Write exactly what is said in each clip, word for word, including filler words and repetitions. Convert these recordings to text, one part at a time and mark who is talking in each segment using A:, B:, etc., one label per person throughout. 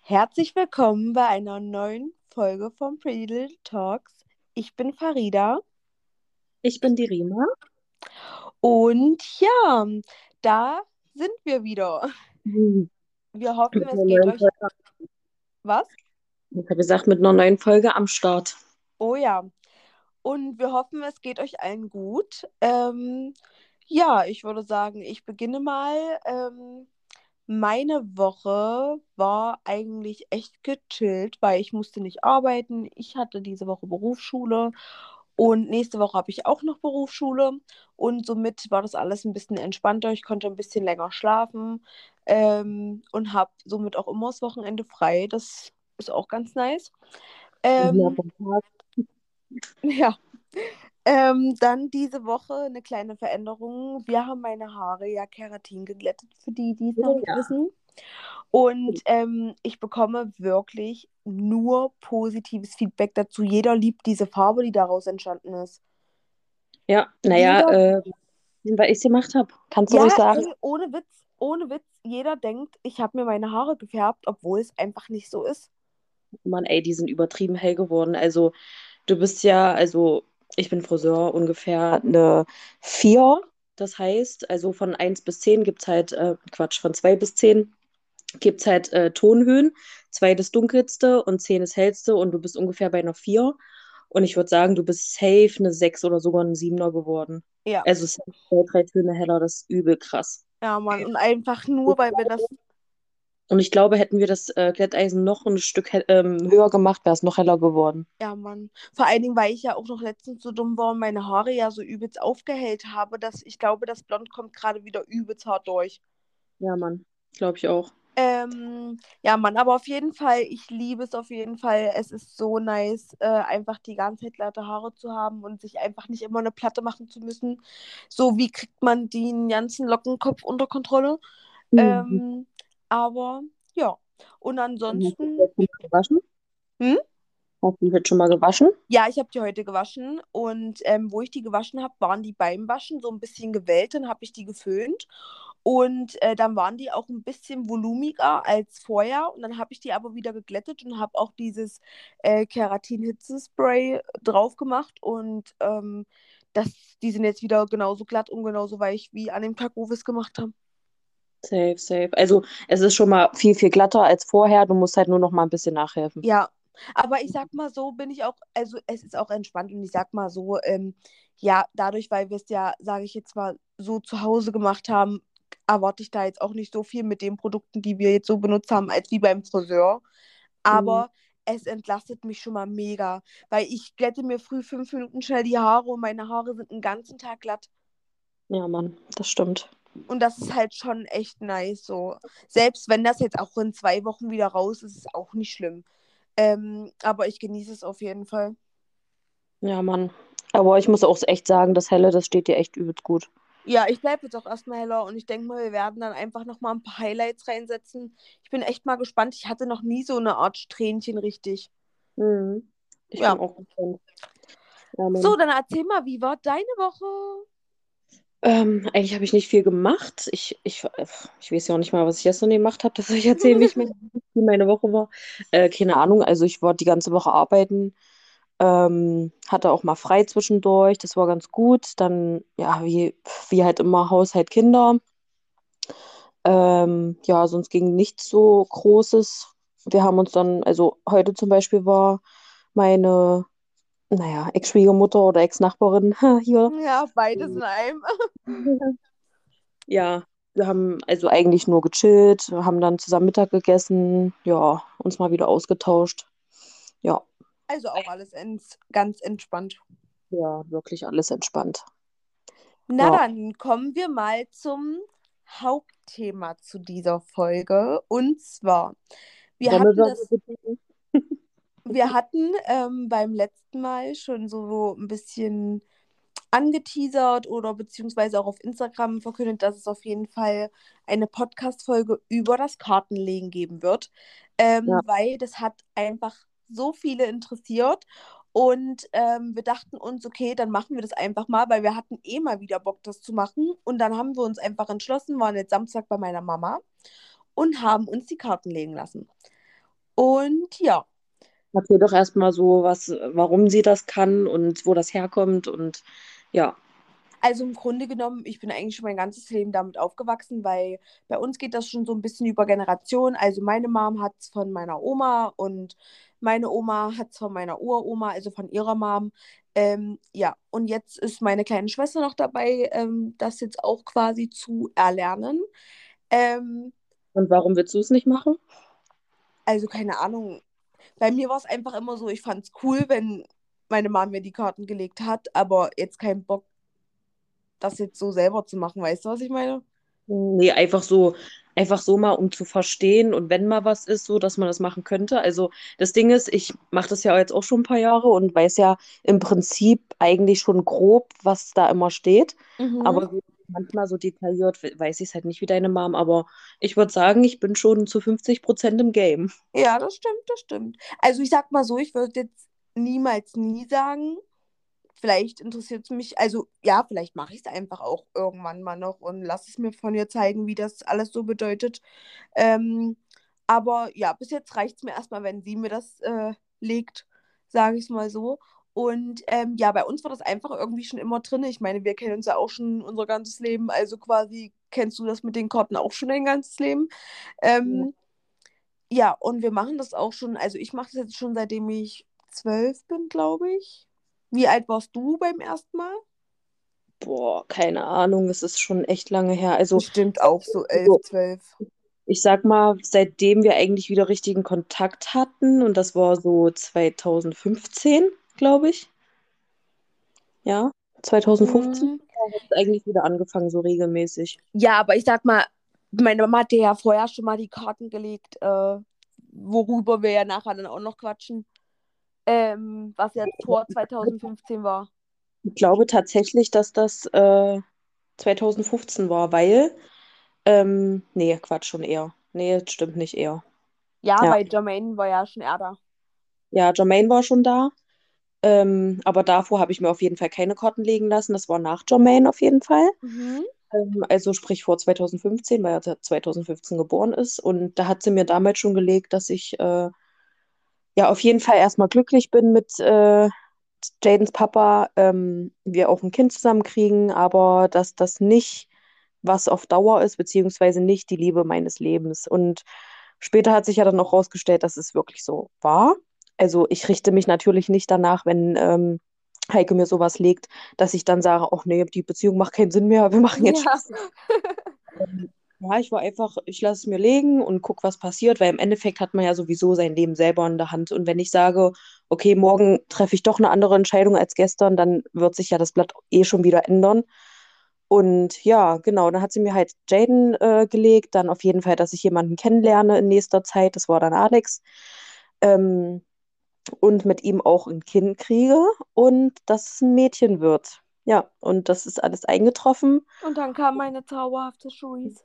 A: Herzlich willkommen bei einer neuen Folge von Pretty Little Talks. Ich bin Farida
B: Ich bin die Rima.
A: und ja, da sind wir wieder.
B: Mhm.
A: Wir hoffen,
B: Mit
A: es
B: einer
A: geht
B: neuen
A: euch
B: Folge.
A: was?
B: Ich habe gesagt, mit einer neuen Folge am Start.
A: Oh ja. Und wir hoffen, es geht euch allen gut. Ähm, ja, ich würde sagen, ich beginne mal. Ähm, meine Woche war eigentlich echt gechillt, weil ich musste nicht arbeiten. Ich hatte diese Woche Berufsschule und nächste Woche habe ich auch noch Berufsschule und somit war das alles ein bisschen entspannter. Ich konnte ein bisschen länger schlafen ähm, und habe somit auch immer das Wochenende frei. Das ist auch ganz nice.
B: Und mehr
A: Ähm,
B: vom Tag.
A: ja. Ähm, dann diese Woche eine kleine Veränderung. Wir haben meine Haare ja Keratin geglättet, für die, die es noch
B: Oh
A: nicht
B: ja.
A: wissen. Und ähm, ich bekomme wirklich nur positives Feedback dazu. Jeder liebt diese Farbe, die daraus entstanden ist.
B: Ja, naja,
A: Jeder,
B: äh, weil ich es gemacht habe. Kannst du ruhig
A: ja,
B: sagen.
A: ey, ohne Witz, ohne Witz, jeder denkt, ich habe mir meine Haare gefärbt, obwohl es einfach nicht so ist.
B: Mann, ey, die sind übertrieben hell geworden. Also, du bist ja, also, ich bin Friseur, ungefähr eine vier. Das heißt, also von eins bis zehn gibt es halt, äh, Quatsch, von zwei bis zehn gibt es halt äh, Tonhöhen. zwei das dunkelste und zehn das hellste und du bist ungefähr bei einer vier. Und ich würde sagen, du bist safe eine sechs oder sogar ein siebener geworden.
A: Ja,
B: Also safe zwei, drei Töne heller, das ist übel krass.
A: ja, Mann. Und einfach nur,
B: Ich
A: weil wir das.
B: glaube, und ich glaube, hätten wir das äh, Glätteisen noch ein Stück he- ähm, höher gemacht, wäre es noch heller geworden.
A: Ja, Mann. Vor allen Dingen, weil ich ja auch noch letztens so dumm war und meine Haare ja so übelst aufgehellt habe, dass ich glaube, das Blond kommt gerade wieder übelst hart durch.
B: Ja, Mann. Glaube ich auch.
A: Ähm, ja, Mann, aber auf jeden Fall, ich liebe es auf jeden Fall. Es ist so nice, äh, einfach die ganze Zeit glatte Haare zu haben und sich einfach nicht immer eine Platte machen zu müssen. So, wie kriegt man den ganzen Lockenkopf unter Kontrolle?
B: Mhm.
A: Ähm, aber ja, und
B: Und hast du die
A: ansonsten,
B: jetzt schon mal gewaschen?
A: hm?
B: Hast du die jetzt schon mal gewaschen?
A: Ja, ich habe die heute gewaschen und ähm, wo ich die gewaschen habe, waren die beim Waschen so ein bisschen gewellt, dann habe ich die geföhnt und äh, dann waren die auch ein bisschen volumiger als vorher und dann habe ich die aber wieder geglättet und habe auch dieses äh, Keratin-Hitzespray drauf gemacht und ähm, das, die sind jetzt wieder genauso glatt und genauso weich wie an dem Tag, wo wir es gemacht haben.
B: Safe, safe. Also es ist schon mal viel, viel glatter als vorher. Du musst halt nur noch mal ein bisschen nachhelfen.
A: Ja, aber ich sag mal so, bin ich auch, also es ist auch entspannt und ich sag mal so, ähm, ja, dadurch, weil wir es ja, sage ich jetzt mal, so zu Hause gemacht haben, erwarte ich da jetzt auch nicht so viel mit den Produkten, die wir jetzt so benutzt haben, als wie beim Friseur.
B: Mhm.
A: Aber es entlastet mich schon mal mega, weil ich glätte mir früh fünf Minuten schnell die Haare und meine Haare sind den ganzen Tag glatt.
B: Ja, Mann, das stimmt.
A: Und das ist halt schon echt nice so. Selbst wenn das jetzt auch in zwei Wochen wieder raus ist, ist es auch nicht schlimm. Ähm, aber ich genieße es auf jeden Fall.
B: Ja, Mann. Aber ich muss auch echt sagen, das Helle, das steht dir echt übelst gut.
A: Ja, ich bleibe jetzt auch erstmal heller und ich denke mal, wir werden dann einfach nochmal ein paar Highlights reinsetzen. Ich bin echt mal gespannt. Ich hatte noch nie so eine Art Strähnchen richtig.
B: Mhm. Ich bin
A: Ja.
B: auch gespannt. Ja,
A: So,
B: Mann.
A: dann erzähl mal, wie war deine Woche?
B: Ähm, eigentlich habe ich nicht viel gemacht. Ich, ich, ich weiß ja auch nicht mal, was ich gestern gemacht habe. Das soll ich erzählen, wie ich meine, wie meine Woche war. Äh, keine Ahnung. Also ich war die ganze Woche arbeiten. Ähm, hatte auch mal frei zwischendurch. Das war ganz gut. Dann, ja, wie, wie halt immer, Haushalt, Kinder. Ähm, ja, sonst ging nichts so Großes. Wir haben uns dann, also heute zum Beispiel war meine, naja, Ex-Schwiegermutter oder Ex-Nachbarin hier.
A: Ja, beides in einem.
B: Ja, wir haben also eigentlich nur gechillt, wir haben dann zusammen Mittag gegessen, ja, uns mal wieder ausgetauscht. Ja,
A: Also auch alles ents ganz entspannt.
B: ja, wirklich alles entspannt.
A: Na
B: Ja,
A: dann kommen wir mal zum Hauptthema zu dieser Folge. Und zwar, wir hatten
B: Trommelwirbel
A: das
B: bitte.
A: Wir hatten ähm, beim letzten Mal schon so ein bisschen angeteasert oder beziehungsweise auch auf Instagram verkündet, dass es auf jeden Fall eine Podcast-Folge über das Kartenlegen geben wird,
B: Ja,
A: ähm, weil das hat einfach so viele interessiert und ähm, wir dachten uns, okay, dann machen wir das einfach mal, weil wir hatten eh mal wieder Bock, das zu machen und dann haben wir uns einfach entschlossen, waren jetzt Samstag bei meiner Mama und haben uns die Karten legen lassen. Und ja,
B: Erzähl doch erstmal so, was, warum sie das kann und wo das herkommt und ja.
A: also im Grunde genommen, ich bin eigentlich schon mein ganzes Leben damit aufgewachsen, weil bei uns geht das schon so ein bisschen über Generationen. Also meine Mom hat es von meiner Oma und meine Oma hat es von meiner Uroma, also von ihrer Mom. Ähm, ja, und jetzt ist meine kleine Schwester noch dabei, ähm, das jetzt auch quasi zu erlernen. Ähm,
B: Und warum willst du es nicht machen?
A: also keine Ahnung. Bei mir war es einfach immer so, ich fand es cool, wenn meine Mom mir die Karten gelegt hat, aber jetzt keinen Bock, das jetzt so selber zu machen. Weißt du, was ich meine?
B: Nee, einfach so, einfach so mal, um zu verstehen und wenn mal was ist, so, dass man das machen könnte. Also das Ding ist, ich mache das ja jetzt auch schon ein paar Jahre und weiß ja im Prinzip eigentlich schon grob, was da immer steht.
A: Mhm.
B: Aber so manchmal so detailliert we- weiß ich es halt nicht wie deine Mom. Aber ich würde sagen, ich bin schon zu fünfzig Prozent im Game.
A: Ja, das stimmt, das stimmt. Also ich sag mal so, ich würde jetzt niemals nie sagen. Vielleicht interessiert es mich, also ja, vielleicht mache ich es einfach auch irgendwann mal noch und lass es mir von ihr zeigen, wie das alles so bedeutet. Ähm, aber ja, bis jetzt reicht es mir erstmal, wenn sie mir das äh, legt, sage ich es mal so. Und ähm, ja, bei uns war das einfach irgendwie schon immer drin. Ich meine, wir kennen uns ja auch schon unser ganzes Leben, also quasi kennst du das mit den Karten auch schon dein ganzes Leben.
B: Ja.
A: Ähm, ja, und wir machen das auch schon, also ich mache das jetzt schon seitdem ich zwölf bin, glaube ich. Wie alt warst du beim ersten Mal?
B: Boah, keine Ahnung, es ist schon echt lange her. Also,
A: Bestimmt auch so elf,
B: also
A: zwölf.
B: ich sag mal, seitdem wir eigentlich wieder richtigen Kontakt hatten, und das war so zwanzig fünfzehn, glaube ich. Ja, zwanzig fünfzehn
A: Mm,
B: hat es eigentlich wieder angefangen, so regelmäßig.
A: ja, aber ich sag mal, meine Mama hat dir ja vorher schon mal die Karten gelegt, äh, worüber wir ja nachher dann auch noch quatschen, ähm, was ja vor zwanzig fünfzehn war.
B: Ich glaube tatsächlich, dass das äh, zwanzig fünfzehn war, weil, ähm, nee, Quatsch, schon eher. Nee, das stimmt nicht eher.
A: Ja,
B: Ja,
A: weil Jermaine war ja schon eher da.
B: ja, Jermaine war schon da, ähm, aber davor habe ich mir auf jeden Fall keine Karten legen lassen. Das war nach Jermaine auf jeden Fall.
A: Mhm.
B: Ähm, also sprich vor zwanzig fünfzehn, weil er zwanzig fünfzehn geboren ist. Und da hat sie mir damals schon gelegt, dass ich äh, ja auf jeden Fall erstmal glücklich bin mit äh, Jadens Papa, ähm, wir auch ein Kind zusammen kriegen, aber dass das nicht was auf Dauer ist, beziehungsweise nicht die Liebe meines Lebens. Und später hat sich ja dann auch rausgestellt, dass es wirklich so war. Also ich richte mich natürlich nicht danach, wenn ähm, Heike mir sowas legt, dass ich dann sage, ach nee, die Beziehung macht keinen Sinn mehr, wir machen jetzt
A: Ja.
B: Schluss. Ähm, Ja, ich war einfach, ich lasse es mir legen und guck, was passiert, weil im Endeffekt hat man ja sowieso sein Leben selber in der Hand. Und wenn ich sage, okay, morgen treffe ich doch eine andere Entscheidung als gestern, dann wird sich ja das Blatt eh schon wieder ändern. Und ja, genau, dann hat sie mir halt Jaden äh, gelegt, dann auf jeden Fall, dass ich jemanden kennenlerne in nächster Zeit, das war dann Alex, ähm, und mit ihm auch ein Kind kriege und dass es ein Mädchen wird. Ja, und das ist alles eingetroffen.
A: Und dann kam meine zauberhafte Juice.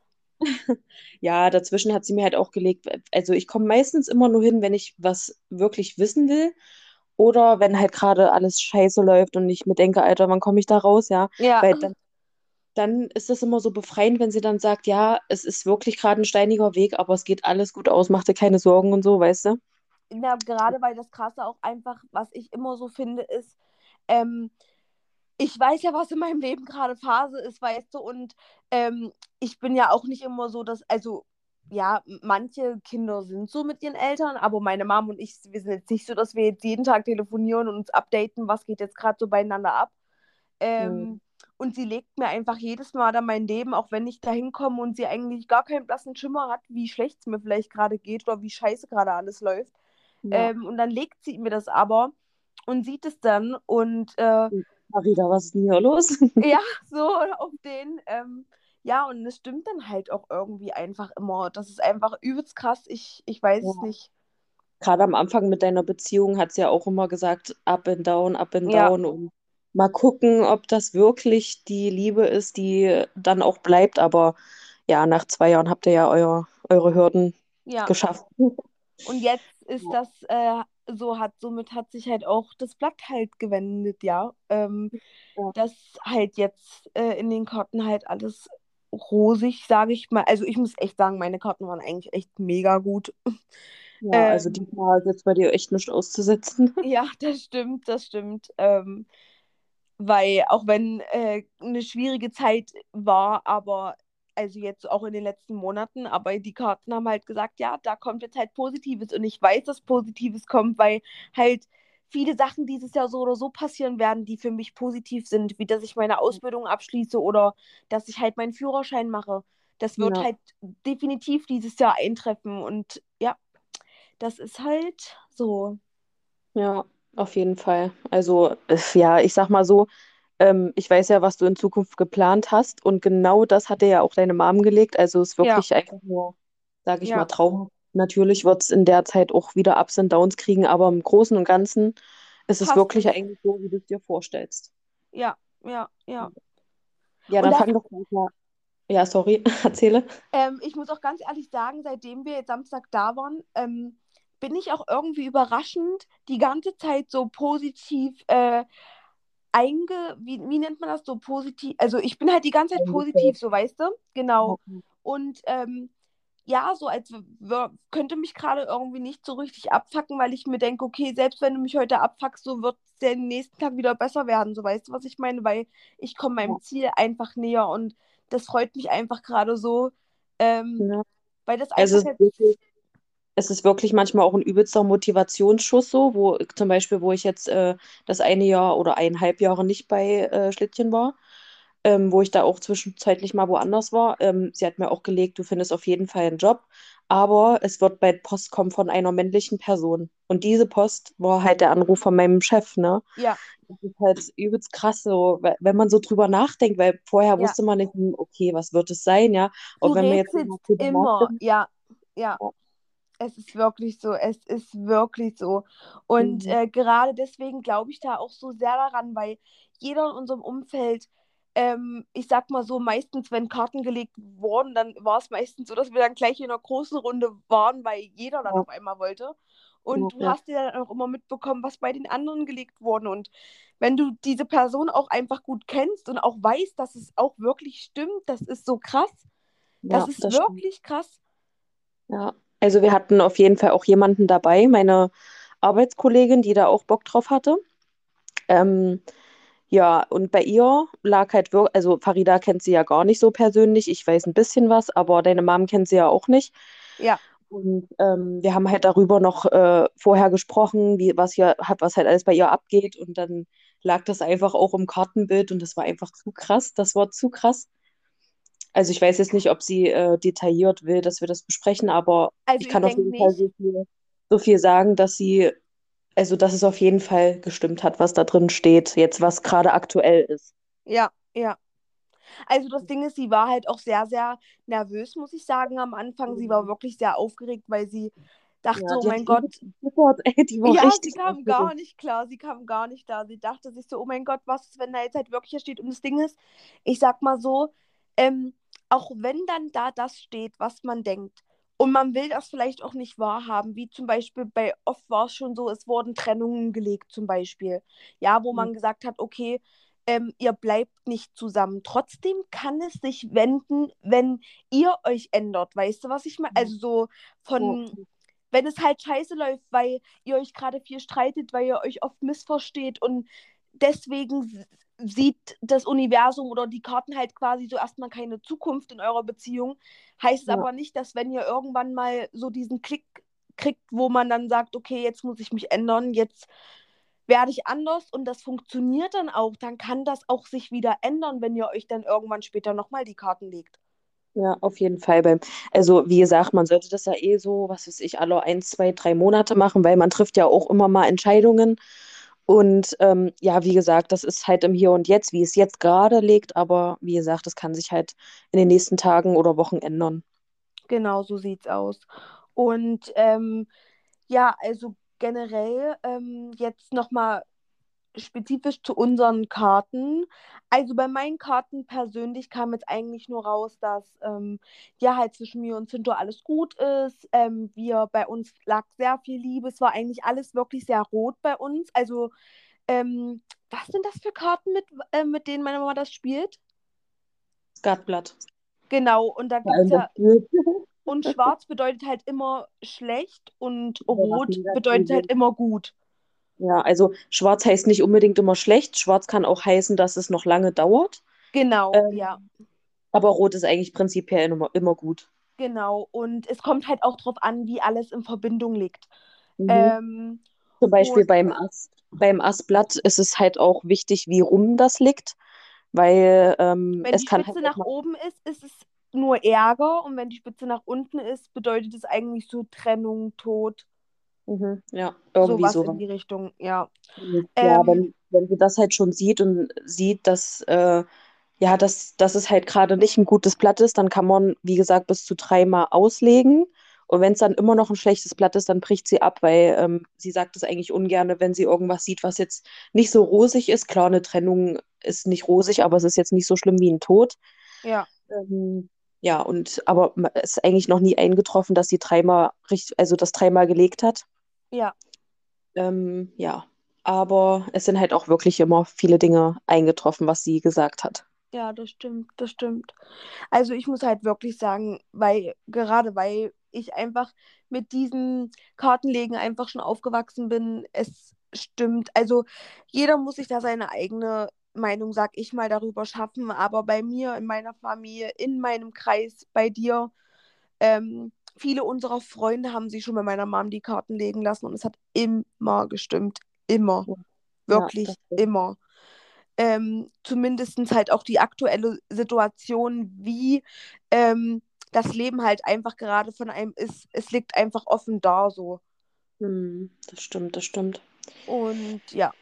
B: Ja, dazwischen hat sie mir halt auch gelegt, also ich komme meistens immer nur hin, wenn ich was wirklich wissen will oder wenn halt gerade alles scheiße läuft und ich mir denke, Alter, wann komme ich da raus, ja,
A: Ja,
B: weil dann, dann ist das immer so befreiend, wenn sie dann sagt, ja, es ist wirklich gerade ein steiniger Weg, aber es geht alles gut aus, mach dir keine Sorgen und so, weißt du?
A: na, gerade weil das Krasse auch einfach, was ich immer so finde, ist, ähm, ich weiß ja, was in meinem Leben gerade Phase ist, weißt du, und ähm, ich bin ja auch nicht immer so, dass, also, ja, manche Kinder sind so mit ihren Eltern, aber meine Mom und ich, wir sind jetzt nicht so, dass wir jetzt jeden Tag telefonieren und uns updaten, was geht jetzt gerade so beieinander ab.
B: Mhm.
A: Ähm, und sie legt mir einfach jedes Mal dann mein Leben, auch wenn ich da hinkomme und sie eigentlich gar keinen blassen Schimmer hat, wie schlecht es mir vielleicht gerade geht oder wie scheiße gerade alles läuft.
B: Ja.
A: Ähm, und dann legt sie mir das aber und sieht es dann und äh,
B: Marida, was ist denn hier los?
A: ja, so auf den. Ähm, ja, und es stimmt dann halt auch irgendwie einfach immer. Das ist einfach übelst krass. Ich, ich weiß es
B: Ja.
A: nicht.
B: Gerade am Anfang mit deiner Beziehung hat sie ja auch immer gesagt, up and down, up and
A: Ja,
B: down und mal gucken, ob das wirklich die Liebe ist, die dann auch bleibt. Aber ja, nach zwei Jahren habt ihr ja euer, eure Hürden
A: ja.
B: geschafft.
A: Und jetzt ist
B: Ja,
A: das äh, so, hat, somit hat sich halt auch das Blatt halt gewendet, ja. Ähm,
B: ja,
A: dass halt jetzt äh, in den Karten halt alles rosig, sage ich mal. Also ich muss echt sagen, meine Karten waren eigentlich echt mega gut.
B: Ja, also
A: Ähm,
B: diesmal ist jetzt bei dir echt nichts auszusetzen.
A: ja, das stimmt, das stimmt. Ähm, weil auch wenn äh, eine schwierige Zeit war, aber also jetzt auch in den letzten Monaten, aber die Karten haben halt gesagt, ja, da kommt jetzt halt Positives und ich weiß, dass Positives kommt, weil halt viele Sachen dieses Jahr so oder so passieren werden, die für mich positiv sind, wie dass ich meine Ausbildung abschließe oder dass ich halt meinen Führerschein mache. Das wird
B: Ja,
A: halt definitiv dieses Jahr eintreffen und ja, das ist halt so.
B: ja, auf jeden Fall. Also, äh, ja, ich sag mal so, ähm, ich weiß ja, was du in Zukunft geplant hast und genau das hat dir ja auch deine Mom gelegt. Also es ist
A: Ja,
B: wirklich einfach nur, sag ich mal,
A: ja,
B: Traum. Natürlich wird es in der Zeit auch wieder Ups und Downs kriegen, aber im Großen und Ganzen ist es
A: passt
B: wirklich
A: es.
B: eigentlich so, wie du es dir vorstellst.
A: Ja, ja, ja.
B: Ja,
A: Und
B: dann
A: das
B: fang doch gleich mal. Ja, sorry, erzähle.
A: Ähm, ich muss auch ganz ehrlich sagen, seitdem wir jetzt Samstag da waren, ähm, bin ich auch irgendwie überraschend die ganze Zeit so positiv äh, einge... Wie, wie nennt man das? So positiv... Also ich bin halt die ganze Zeit positiv,
B: Eingestellt.
A: so weißt du? Genau.
B: Ja,
A: Und ähm, ja, so als w- könnte mich gerade irgendwie nicht so richtig abfacken, weil ich mir denke, okay, selbst wenn du mich heute abfuckst, so wird es der nächsten Tag wieder besser werden. So weißt du, was ich meine? Weil ich komme
B: ja,
A: meinem Ziel einfach näher und das freut mich einfach gerade so. Ähm,
B: ja.
A: weil das
B: Also
A: einfach
B: es ist
A: jetzt,
B: wirklich es ist wirklich manchmal auch ein übelster Motivationsschuss so, wo zum Beispiel, wo ich jetzt äh, das eine Jahr oder eineinhalb Jahre nicht bei äh, Schlittchen war, ähm, wo ich da auch zwischenzeitlich mal woanders war. Ähm, sie hat mir auch gelegt, du findest auf jeden Fall einen Job, aber es wird bald Post kommen von einer männlichen Person. Und diese Post war halt der Anruf von meinem Chef, ne?
A: ja,
B: Das ist halt übelst krass, so, we- wenn man so drüber nachdenkt, weil vorher
A: ja,
B: wusste man nicht, hm, okay, was wird es sein, ja?
A: du
B: Und wenn man jetzt so mal
A: rätselst
B: drüber
A: immer,
B: nachdenkt,
A: ja, ja.
B: ja,
A: Es ist wirklich so, es ist wirklich so. Und
B: mhm,
A: äh, gerade deswegen glaube ich da auch so sehr daran, weil jeder in unserem Umfeld, ähm, ich sag mal so, meistens, wenn Karten gelegt wurden, dann war es meistens so, dass wir dann gleich in einer großen Runde waren, weil jeder dann
B: ja,
A: auf einmal wollte.
B: ja,
A: Und du
B: ja.
A: hast dir dann auch immer mitbekommen, was bei den anderen gelegt wurde. Und wenn du diese Person auch einfach gut kennst und auch weißt, dass es auch wirklich stimmt, das ist so krass. Das
B: Ja,
A: ist
B: das stimmt.
A: wirklich krass.
B: Ja. Also wir hatten auf jeden Fall auch jemanden dabei, meine Arbeitskollegin, die da auch Bock drauf hatte. Ähm, ja, und bei ihr lag halt wirklich, also Farida kennt sie ja gar nicht so persönlich. Ich weiß ein bisschen was, aber deine Mom kennt sie ja auch nicht.
A: Ja,
B: Und ähm, wir haben halt darüber noch äh, vorher gesprochen, wie, was hier, hat, was halt alles bei ihr abgeht. Und dann lag das einfach auch im Kartenbild und das war einfach zu krass. Das war zu krass. Also ich weiß jetzt nicht, ob sie äh, detailliert will, dass wir das besprechen, aber
A: also
B: ich
A: ich
B: kann auf
A: denke
B: jeden Fall
A: nicht.
B: so viel, so viel sagen, dass sie, also dass es auf jeden Fall gestimmt hat, was da drin steht, jetzt was gerade aktuell ist.
A: Ja, ja. Also das Ding ist, sie war halt auch sehr, sehr nervös, muss ich sagen, am Anfang. Sie war
B: Mhm.
A: wirklich sehr aufgeregt, weil sie dachte
B: Ja,
A: so, oh
B: die hat
A: mein
B: sich
A: Gott,
B: übelst gezittert, ey, die war
A: ja, sie
B: richtig
A: kam gar
B: aufgeregt.
A: nicht klar, sie kam gar nicht da. Sie dachte sich so, oh mein Gott, was ist, wenn da jetzt halt wirklich hier steht? Und das Ding ist, ich sag mal so, ähm, auch wenn dann da das steht, was man denkt, und man will das vielleicht auch nicht wahrhaben, wie zum Beispiel bei, oft war es schon so, es wurden Trennungen gelegt zum Beispiel, ja, wo
B: Mhm.
A: man gesagt hat, okay, ähm, ihr bleibt nicht zusammen. Trotzdem kann es sich wenden, wenn ihr euch ändert. Weißt du, was ich meine?
B: Ja,
A: Also so
B: ja,
A: von, wenn es halt scheiße läuft, weil ihr euch gerade viel streitet, weil ihr euch oft missversteht und deswegen sieht das Universum oder die Karten halt quasi so erstmal keine Zukunft in eurer Beziehung, heißt es
B: ja,
A: aber nicht, dass wenn ihr irgendwann mal so diesen Klick kriegt, wo man dann sagt, okay, jetzt muss ich mich ändern, jetzt werde ich anders und das funktioniert dann auch, dann kann das auch sich wieder ändern, wenn ihr euch dann irgendwann später nochmal die Karten legt.
B: ja, auf jeden Fall. Beim, also wie gesagt, man sollte das ja eh so, was weiß ich, alle ein, zwei, drei Monate machen, weil man trifft ja auch immer mal Entscheidungen. Und ähm, ja, wie gesagt, das ist halt im Hier und Jetzt, wie es jetzt gerade liegt, aber wie gesagt, das kann sich halt in den nächsten Tagen oder Wochen ändern.
A: Genau, so sieht's aus. Und ähm, ja, also generell ähm, jetzt nochmal spezifisch zu unseren Karten. Also bei meinen Karten persönlich kam jetzt eigentlich nur raus, dass ähm, ja halt zwischen mir und Zinto alles gut ist. Ähm, wir bei uns lag sehr viel Liebe. Es war eigentlich alles wirklich sehr rot bei uns. Also ähm, was sind das für Karten, mit, äh, mit denen meine Mama das spielt?
B: Skatblatt.
A: Genau, und da
B: Vor
A: gibt es
B: allem das
A: ja
B: Bild.
A: Und schwarz bedeutet halt immer schlecht und
B: Ja, was
A: rot bedeutet halt
B: Negatives.
A: immer gut.
B: Ja, also schwarz heißt nicht unbedingt immer schlecht. Schwarz kann auch heißen, dass es noch lange dauert.
A: Genau, ja,
B: Ähm, aber rot ist eigentlich prinzipiell immer, immer gut.
A: genau. Und es kommt halt auch drauf an, wie alles in Verbindung liegt.
B: Mhm.
A: Ähm,
B: Zum Beispiel
A: und
B: beim Ast, beim Astblatt ist es halt auch wichtig, wie rum das liegt, weil ähm,
A: wenn
B: es
A: die
B: kann halt
A: Spitze
B: auch
A: nach
B: mal.
A: oben ist, ist es nur Ärger. Und wenn die Spitze nach unten ist, bedeutet es eigentlich so Trennung, Tod,
B: Mhm, ja, irgendwie
A: sowas in
B: sowas.
A: die Richtung, ja.
B: Und ja,
A: Ähm,
B: wenn, wenn sie das halt schon sieht und sieht, dass, äh, ja, dass, dass es halt gerade nicht ein gutes Blatt ist, dann kann man, wie gesagt, bis zu dreimal auslegen. Und wenn es dann immer noch ein schlechtes Blatt ist, dann bricht sie ab, weil ähm, sie sagt es eigentlich ungern, wenn sie irgendwas sieht, was jetzt nicht so rosig ist. Klar, eine Trennung ist nicht rosig, aber es ist jetzt nicht so schlimm wie ein Tod.
A: ja,
B: Ähm, ja, und aber ma- es ist eigentlich noch nie eingetroffen, dass sie dreimal richtig, also das dreimal gelegt hat.
A: ja,
B: Ähm, ja, aber es sind halt auch wirklich immer viele Dinge eingetroffen, was sie gesagt hat.
A: ja, das stimmt, das stimmt. Also ich muss halt wirklich sagen, weil, gerade weil ich einfach mit diesem Kartenlegen einfach schon aufgewachsen bin, es stimmt. Also jeder muss sich da seine eigene Meinung, sag ich mal, darüber schaffen. Aber bei mir, in meiner Familie, in meinem Kreis, bei dir, ähm, viele unserer Freunde haben sich schon bei meiner Mom die Karten legen lassen und es hat immer gestimmt. Immer.
B: Ja, ja, das
A: Wirklich
B: stimmt.
A: immer. Ähm, zumindest halt auch die aktuelle Situation, wie ähm, das Leben halt einfach gerade von einem ist. Es liegt einfach offen da so.
B: Hm, das stimmt, das stimmt.
A: Und ja,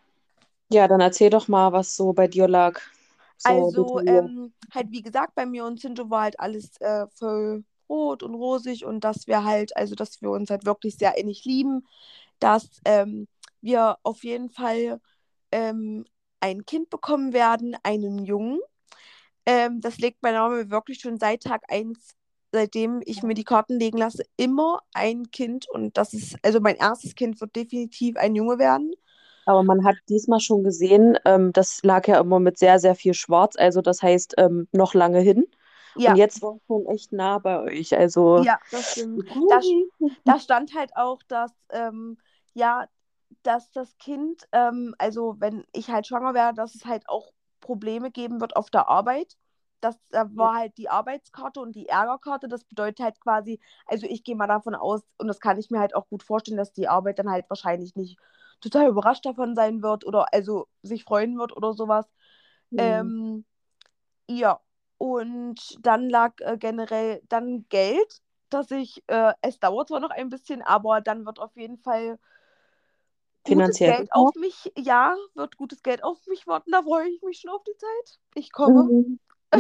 B: Ja, dann erzähl doch mal, was so bei dir lag. So
A: also
B: detailliert.
A: ähm, halt wie gesagt, bei mir und Sinjo war halt alles äh, voll rot und rosig und dass wir halt, also dass wir uns halt wirklich sehr innig lieben, dass ähm, wir auf jeden Fall ähm, ein Kind bekommen werden, einen Jungen. Ähm, das legt meine Mama mir wirklich schon seit Tag eins, seitdem ich mir die Karten legen lasse, immer ein Kind. Und das ist, also mein erstes Kind wird definitiv ein Junge werden.
B: Aber man hat diesmal schon gesehen, ähm, das lag ja immer mit sehr, sehr viel Schwarz, also das heißt ähm, noch lange hin. Und
A: Ja,
B: jetzt war es schon echt nah bei euch. Also,
A: ja, das stimmt. Da,
B: cool.
A: da stand halt auch, dass, ähm, ja, dass das Kind, ähm, also wenn ich halt schwanger werde, dass es halt auch Probleme geben wird auf der Arbeit. Das da war halt die Arbeitskarte und die Ärgerkarte. Das bedeutet halt quasi, also ich gehe mal davon aus, und das kann ich mir halt auch gut vorstellen, dass die Arbeit dann halt wahrscheinlich nicht total überrascht davon sein wird oder also sich freuen wird oder sowas.
B: Hm.
A: Ähm, ja, und dann lag äh, generell dann Geld, dass ich, äh, es dauert zwar noch ein bisschen, aber dann wird auf jeden Fall gutes
B: Finanziell
A: Geld
B: sicher.
A: auf mich, ja, wird gutes Geld auf mich warten, da freue ich mich schon auf die Zeit. Ich komme.
B: Mhm.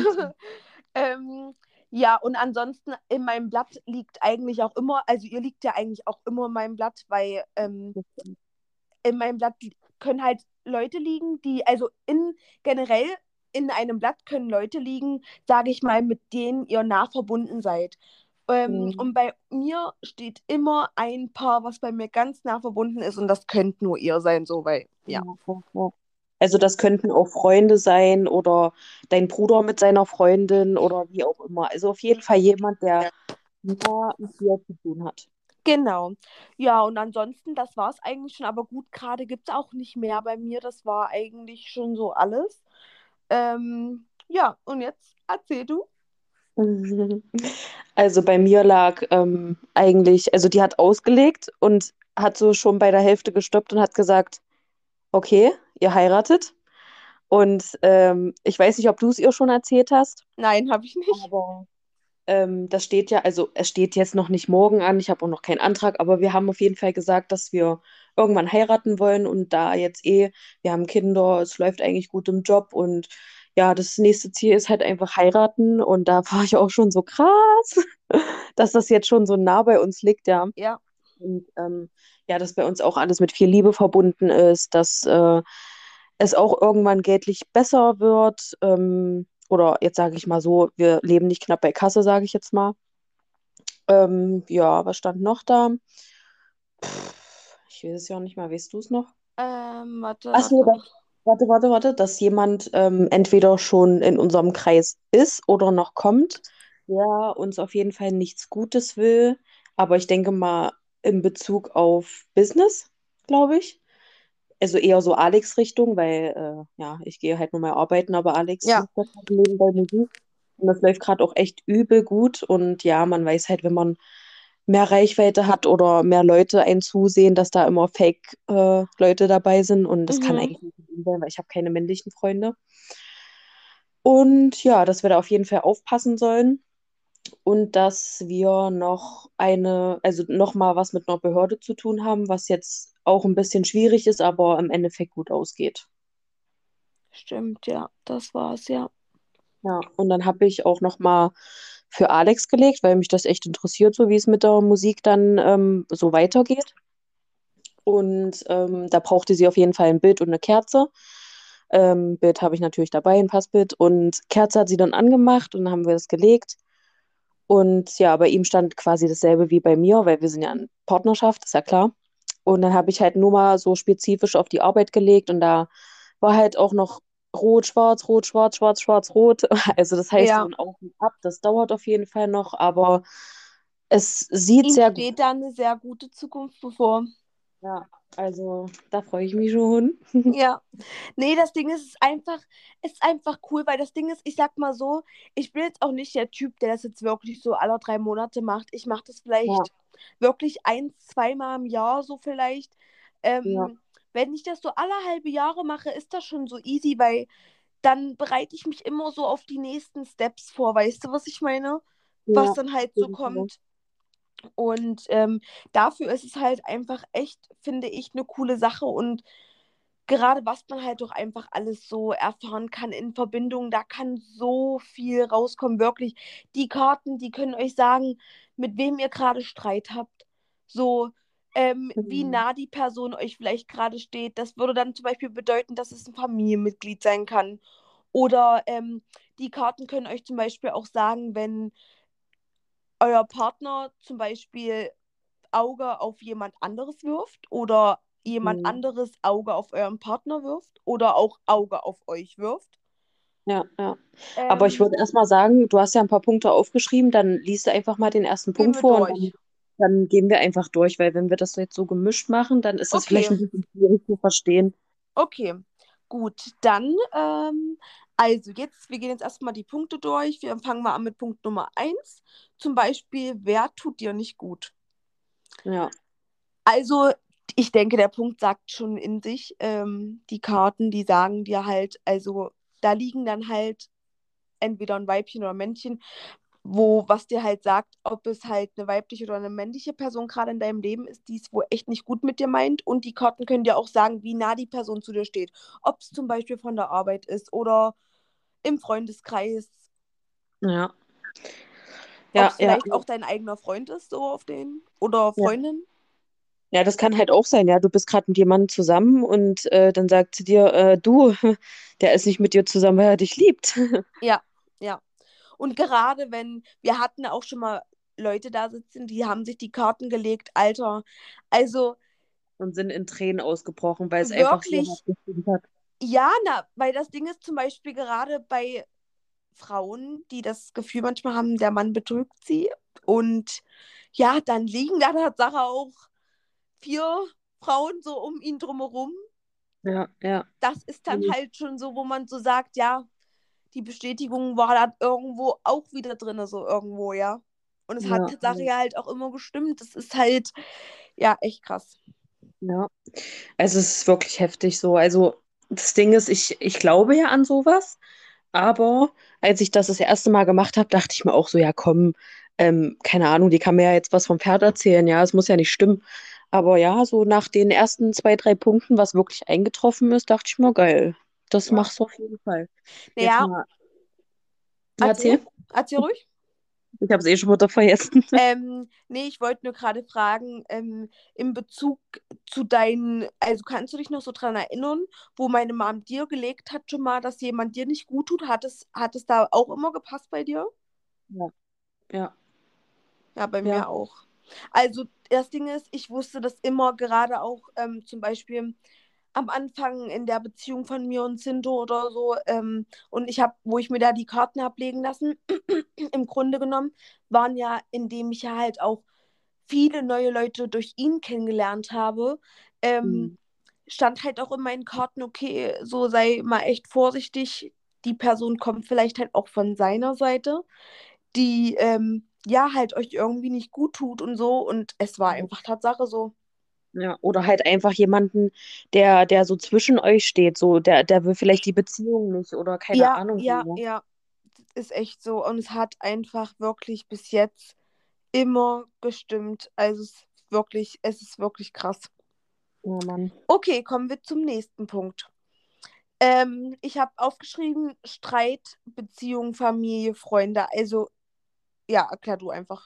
A: ähm, ja, und ansonsten in meinem Blatt liegt eigentlich auch immer, also ihr liegt ja eigentlich auch immer in meinem Blatt, weil ähm, in meinem Blatt können halt Leute liegen, die, also in generell in einem Blatt können Leute liegen, sage ich mal, mit denen ihr nah verbunden seid. Ähm,
B: Mhm.
A: und bei mir steht immer ein Paar, was bei mir ganz nah verbunden ist und das könnt nur ihr sein, so, weil, ja.
B: Ja, ja, ja. Also das könnten auch Freunde sein oder dein Bruder mit seiner Freundin oder wie auch immer. Also auf jeden Fall jemand, der mehr mit dir zu tun hat.
A: Genau. Ja, und ansonsten, das war es eigentlich schon, aber gut, gerade gibt es auch nicht mehr bei mir. Das war eigentlich schon so alles. Ähm, ja, und jetzt erzähl du.
B: Also bei mir lag ähm, eigentlich, also die hat ausgelegt und hat so schon bei der Hälfte gestoppt und hat gesagt, okay, ihr heiratet. Und ähm, ich weiß nicht, ob du es ihr schon erzählt hast,
A: Nein, habe ich nicht.
B: aber Ähm, das steht ja, also es steht jetzt noch nicht morgen an, ich habe auch noch keinen Antrag, aber wir haben auf jeden Fall gesagt, dass wir irgendwann heiraten wollen und da jetzt eh, wir haben Kinder, es läuft eigentlich gut im Job und ja, das nächste Ziel ist halt einfach heiraten und da war ich auch schon so krass, dass das jetzt schon so nah bei uns liegt, ja.
A: Ja,
B: Und ähm, ja, dass bei uns auch alles mit viel Liebe verbunden ist, dass äh, es auch irgendwann geldlich besser wird. Ähm, oder jetzt sage ich mal so, wir leben nicht knapp bei Kasse, sage ich jetzt mal. Ähm, ja, was stand noch da? Ich weiß es ja auch nicht mal, weißt du es noch?
A: ähm, warte,
B: Ach so,
A: warte.
B: das, warte, warte, warte, dass jemand ähm, entweder schon in unserem Kreis ist oder noch kommt. der uns auf jeden Fall nichts Gutes will. Aber ich denke mal in Bezug auf Business, glaube ich. Also eher so Alex-Richtung, weil äh, ja, ich gehe halt nur mal arbeiten, aber Alex
A: Ja.
B: macht das halt nebenbei Musik. Und das läuft gerade auch echt übel gut. Und ja, man weiß halt, wenn man mehr Reichweite hat oder mehr Leute einen zusehen, dass da immer Fake-Leute dabei sind. Und das kann
A: Mhm.
B: eigentlich nicht sein, weil ich habe keine männlichen Freunde. Und ja, dass wir da auf jeden Fall aufpassen sollen. Und dass wir noch eine, also noch mal was mit einer Behörde zu tun haben, was jetzt auch ein bisschen schwierig ist, aber im Endeffekt gut ausgeht.
A: Stimmt, ja. Das war's, ja.
B: Ja, und dann habe ich auch noch mal für Alex gelegt, weil mich das echt interessiert, so wie es mit der Musik dann ähm, so weitergeht. Und ähm, da brauchte sie auf jeden Fall ein Bild und eine Kerze. Ähm, Bild habe ich natürlich dabei, ein Passbild. Und Kerze hat sie dann angemacht und dann haben wir das gelegt. Und ja, bei ihm stand quasi dasselbe wie bei mir, weil wir sind ja in Partnerschaft, ist ja klar. Und dann habe ich halt nur mal so spezifisch auf die Arbeit gelegt und da war halt auch noch rot, schwarz, rot, schwarz, schwarz, schwarz, rot. Also das heißt so
A: Ja.
B: ein Auf und Ab, das dauert auf jeden Fall noch, aber es sieht
A: Ihm
B: sehr gut.
A: steht da eine sehr gute Zukunft bevor.
B: Ja, also da freue ich mich schon.
A: Ja. Nee, das Ding ist, es ist einfach, es ist einfach cool, weil das Ding ist, ich sag mal so, ich bin jetzt auch nicht der Typ, der das jetzt wirklich so alle drei Monate macht. Ich mache das
B: Ja,
A: vielleicht wirklich ein, zweimal im Jahr so vielleicht.
B: ja,
A: Ähm, wenn ich das so alle halbe Jahre mache, ist das schon so easy, weil dann bereite ich mich immer so auf die nächsten Steps vor. Weißt du, was ich meine? Was
B: ja.
A: dann halt so
B: Genau.
A: kommt. Und ähm, dafür ist es halt einfach echt, finde ich, eine coole Sache. Und gerade was man halt doch einfach alles so erfahren kann in Verbindung, da kann so viel rauskommen. Wirklich, die Karten, die können euch sagen, mit wem ihr gerade Streit habt. So, ähm, wie
B: Mhm.
A: nah die Person euch vielleicht gerade steht. Das würde dann zum Beispiel bedeuten, dass es ein Familienmitglied sein kann. Oder ähm, die Karten können euch zum Beispiel auch sagen, wenn euer Partner zum Beispiel Auge auf jemand anderes wirft oder jemand
B: Mhm.
A: anderes Auge auf euren Partner wirft oder auch Auge auf euch wirft.
B: Ja, ja. Aber ich
A: Ähm,
B: würde erst mal sagen, du hast ja ein paar Punkte aufgeschrieben, dann liest du einfach mal den ersten
A: Gehen
B: Punkt
A: wir
B: vor und dann,
A: durch.
B: dann gehen wir einfach durch, weil wenn wir das jetzt so gemischt machen, dann ist das vielleicht
A: Okay,
B: ein bisschen schwierig zu verstehen.
A: okay. Gut, dann, ähm, also jetzt, wir gehen jetzt erstmal die Punkte durch. Wir fangen mal an mit Punkt Nummer eins. Zum Beispiel, wer tut dir nicht gut?
B: Ja.
A: Also, ich denke, der Punkt sagt schon in sich, ähm, die Karten, die sagen dir halt, also da liegen dann halt entweder ein Weibchen oder ein Männchen, wo, was dir halt sagt, ob es halt eine weibliche oder eine männliche Person gerade in deinem Leben ist, die es wohl echt nicht gut mit dir meint. Und die Karten können dir auch sagen, wie nah die Person zu dir steht. Ob es zum Beispiel von der Arbeit ist oder im Freundeskreis,
B: Ja,
A: ob
B: ja,
A: es
B: ja,
A: vielleicht auch dein eigener Freund ist, so auf den, oder
B: ja.
A: Freundin.
B: Ja, das kann halt auch sein, ja. Du bist gerade mit jemandem zusammen und äh, dann sagt sie dir, äh, du, der ist nicht mit dir zusammen, weil er dich liebt.
A: Ja, ja. Und gerade wenn, wir hatten auch schon mal Leute da sitzen, die haben sich die Karten gelegt, Alter. Also
B: Und sind in Tränen ausgebrochen, weil es einfach so hart
A: wirklich,
B: gestimmt hat.
A: ja, na, weil das Ding ist zum Beispiel gerade bei Frauen, die das Gefühl manchmal haben, der Mann betrügt sie. Und ja, dann liegen da Tatsache auch vier Frauen so um ihn drumherum.
B: Ja, ja.
A: Das ist dann halt schon so, wo man so sagt, ja, die Bestätigung war da irgendwo auch wieder drin, so irgendwo, ja. Und es hat
B: Ja,
A: Tatsache ja halt auch immer gestimmt. Das ist halt, ja, echt krass.
B: ja. Also es ist wirklich heftig so. Also das Ding ist, ich, ich glaube ja an sowas, aber als ich das das erste Mal gemacht habe, dachte ich mir auch so, ja komm, ähm, keine Ahnung, die kann mir ja jetzt was vom Pferd erzählen, ja, es muss ja nicht stimmen. Aber ja, so nach den ersten zwei, drei Punkten, was wirklich eingetroffen ist, dachte ich mir, geil, das
A: Ja.
B: machst du auf jeden Fall. Jetzt
A: Naja,
B: mal,
A: erzähl,
B: erzähl.
A: erzähl ruhig.
B: Ich habe es eh schon wieder vergessen.
A: Ähm, nee, ich wollte nur gerade fragen, ähm, in Bezug zu deinen, also kannst du dich noch so dran erinnern, wo meine Mom dir gelegt hat schon mal, dass jemand dir nicht gut tut? Hat es, hat es da auch immer gepasst bei dir?
B: Ja, ja,
A: Ja, bei
B: ja.
A: mir auch. Also das Ding ist, ich wusste das immer, gerade auch ähm, zum Beispiel, am Anfang in der Beziehung von mir und Sinto oder so. Ähm, und ich habe, wo ich mir da die Karten habe legen lassen, im Grunde genommen, waren ja, indem ich ja halt auch viele neue Leute durch ihn kennengelernt habe, ähm,
B: Mhm.
A: stand halt auch in meinen Karten, okay, so sei mal echt vorsichtig. Die Person kommt vielleicht halt auch von seiner Seite, die ähm, ja halt euch irgendwie nicht gut tut und so. Und es war einfach Tatsache so.
B: Ja, oder halt einfach jemanden, der, der so zwischen euch steht, so, der, der will vielleicht die Beziehung nicht oder keine
A: Ja,
B: Ahnung.
A: ja,
B: So.
A: ja, ist echt so. Und es hat einfach wirklich bis jetzt immer gestimmt. Also es ist wirklich, es ist wirklich krass.
B: Ja, Mann.
A: Okay, kommen wir zum nächsten Punkt. Ähm, ich habe aufgeschrieben, Streit, Beziehung, Familie, Freunde. Also, ja, erklär du einfach.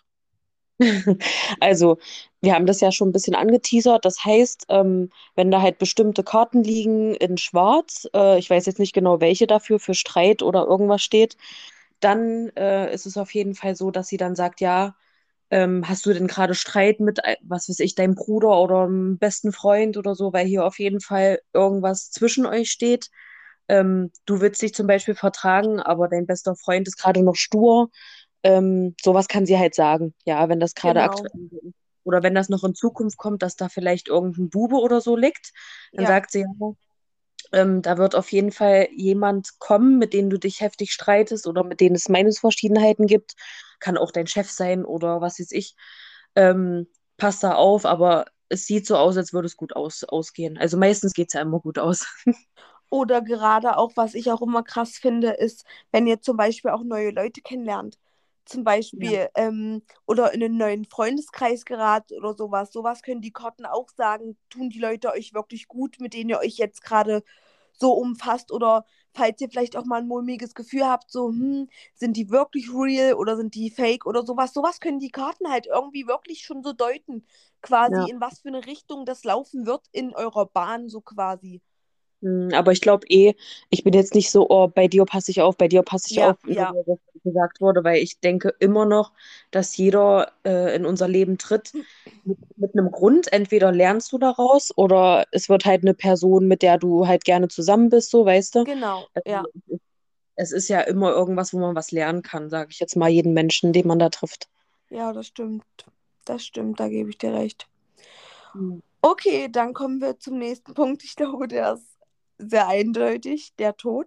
B: Also, wir haben das ja schon ein bisschen angeteasert. Das heißt, ähm, wenn da halt bestimmte Karten liegen in Schwarz, äh, ich weiß jetzt nicht genau, welche dafür für Streit oder irgendwas steht, dann äh, ist es auf jeden Fall so, dass sie dann sagt, ja, ähm, hast du denn gerade Streit mit, äh, was weiß ich, deinem Bruder oder einem besten Freund oder so, weil hier auf jeden Fall irgendwas zwischen euch steht. Ähm, du willst dich zum Beispiel vertragen, aber dein bester Freund ist gerade noch stur. Ähm, sowas kann sie halt sagen, ja, wenn das gerade
A: Genau.
B: aktuell so ist. Oder wenn das noch in Zukunft kommt, dass da vielleicht irgendein Bube oder so liegt, dann
A: Ja,
B: sagt sie, ja, ähm, da wird auf jeden Fall jemand kommen, mit dem du dich heftig streitest oder mit denen es Meinungsverschiedenheiten gibt. Kann auch dein Chef sein oder was weiß ich. Ähm, pass da auf, aber es sieht so aus, als würde es gut aus, ausgehen. Also meistens geht es ja immer gut aus.
A: oder gerade auch, was ich auch immer krass finde, ist, wenn ihr zum Beispiel auch neue Leute kennenlernt. Zum
B: Ja,
A: Beispiel, ähm, oder in einen neuen Freundeskreis gerät oder sowas. Sowas können die Karten auch sagen. Tun die Leute euch wirklich gut, mit denen ihr euch jetzt gerade so umfasst? Oder falls ihr vielleicht auch mal ein mulmiges Gefühl habt, so, hm, sind die wirklich real oder sind die fake oder sowas? Sowas können die Karten halt irgendwie wirklich schon so deuten. Quasi,
B: ja.
A: in was für eine Richtung das laufen wird in eurer Bahn, so quasi.
B: Hm, aber ich glaube eh, ich bin jetzt nicht so, oh, bei dir passe ich auf, bei dir passe ich
A: Ja,
B: auf, nur
A: ja,
B: weil das gesagt wurde, weil ich denke immer noch, dass jeder äh, in unser Leben tritt mit, mit einem Grund. Entweder lernst du daraus oder es wird halt eine Person, mit der du halt gerne zusammen bist, so, weißt du?
A: genau, ja.
B: Also, es ist ja immer irgendwas, wo man was lernen kann, sage ich jetzt mal jeden Menschen, den man da trifft.
A: Ja, das stimmt. Das stimmt, da gebe ich dir recht.
B: Hm.
A: Okay, dann kommen wir zum nächsten Punkt. Ich glaube, der ist sehr eindeutig, der Tod.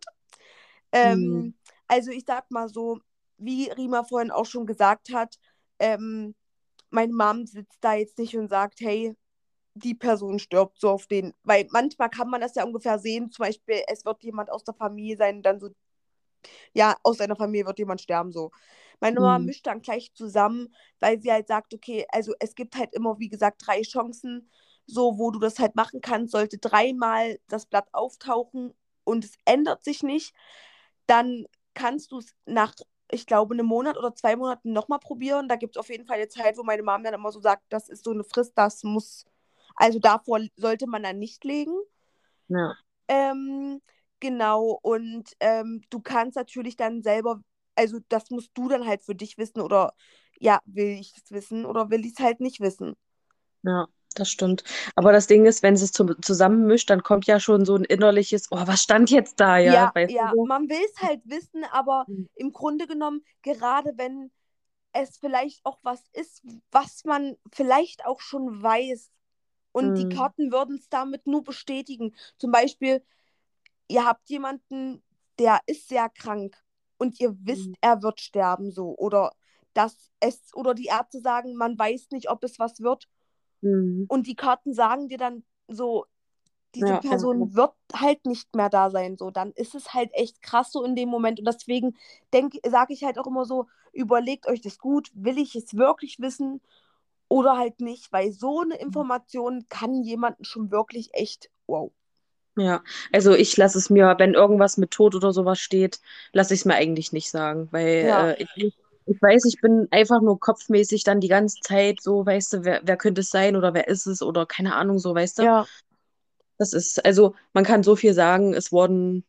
B: Hm.
A: Ähm, also ich sag mal so, wie Rima vorhin auch schon gesagt hat, ähm, meine Mom sitzt da jetzt nicht und sagt, hey, die Person stirbt so auf den, weil manchmal kann man das ja ungefähr sehen, zum Beispiel, es wird jemand aus der Familie sein, dann so, ja, aus seiner Familie wird jemand sterben, so. Meine Mama
B: Hm.
A: mischt dann gleich zusammen, weil sie halt sagt, okay, also es gibt halt immer, wie gesagt, drei Chancen, so, wo du das halt machen kannst. Sollte dreimal das Blatt auftauchen und es ändert sich nicht, dann kannst du es nach, ich glaube, einem Monat oder zwei Monaten nochmal probieren. Da gibt es auf jeden Fall eine Zeit, wo meine Mom dann immer so sagt, das ist so eine Frist, das muss, also davor sollte man dann nicht legen.
B: Ja,
A: Ähm, genau, und ähm, du kannst natürlich dann selber, also das musst du dann halt für dich wissen oder ja, will ich es wissen oder will ich es halt nicht wissen.
B: ja, das stimmt. Aber das Ding ist, wenn sie es zum, zusammenmischt, dann kommt ja schon so ein innerliches, oh, was stand jetzt da, ja,
A: Ja,
B: weißt du
A: ja,
B: so?
A: man will es halt wissen, aber
B: Hm.
A: im Grunde genommen, gerade wenn es vielleicht auch was ist, was man vielleicht auch schon weiß und die
B: Hm.
A: Karten würden es damit nur bestätigen. Zum Beispiel, ihr habt jemanden, der ist sehr krank und ihr wisst,
B: Hm.
A: er wird sterben so oder dass es oder die Ärzte sagen, man weiß nicht, ob es was wird
B: Hm.
A: und die Karten sagen dir dann so, diese
B: Ja, ja, ja.
A: Person wird halt nicht mehr da sein, so, dann ist es halt echt krass so in dem Moment und deswegen denke, sage ich halt auch immer so, überlegt euch das gut, will ich es wirklich wissen oder halt nicht, weil so eine Information kann jemanden schon wirklich echt, wow.
B: Ja, also ich lasse es mir, wenn irgendwas mit Tod oder sowas steht, lasse ich es mir eigentlich nicht sagen,
A: Ja,
B: weil äh, ich, ich weiß, ich bin einfach nur kopfmäßig dann die ganze Zeit so, weißt du, wer, wer könnte es sein oder wer ist es oder keine Ahnung, so, weißt du.
A: ja,
B: Das ist, also man kann so viel sagen, es wurden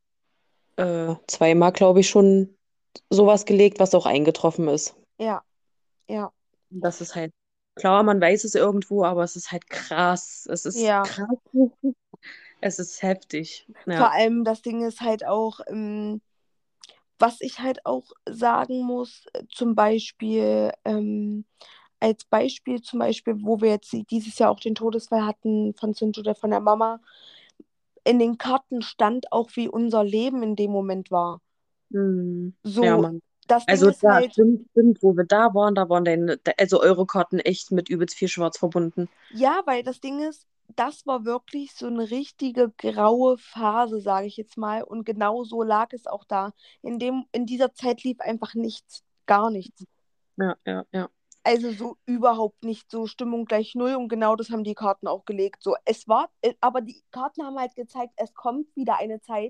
B: äh, zweimal, glaube ich, schon sowas gelegt, was auch eingetroffen ist.
A: ja, ja,
B: Das ist halt, klar, man weiß es irgendwo, aber es ist halt krass. Es ist
A: ja.
B: krass. Es ist heftig.
A: Vor
B: Ja.
A: allem das Ding ist halt auch, ähm, was ich halt auch sagen muss, äh, zum Beispiel, ähm, als Beispiel zum Beispiel, wo wir jetzt dieses Jahr auch den Todesfall hatten von Zind oder von der Mama, in den Karten stand auch, wie unser Leben in dem Moment war.
B: Hm. Ja,
A: So,
B: Mann.
A: das Ding
B: Also
A: ist
B: da,
A: halt,
B: stimmt, stimmt, wo wir da waren, da waren deine, also eure Karten echt mit übelst viel Schwarz verbunden.
A: ja, weil das Ding ist, das war wirklich so eine richtige graue Phase, sage ich jetzt mal. Und genau so lag es auch da. In dem, in dieser Zeit lief einfach nichts, gar nichts.
B: Ja, ja, ja.
A: Also so überhaupt nicht, so Stimmung gleich null, und genau das haben die Karten auch gelegt. So, es war, äh, aber die Karten haben halt gezeigt, es kommt wieder eine Zeit,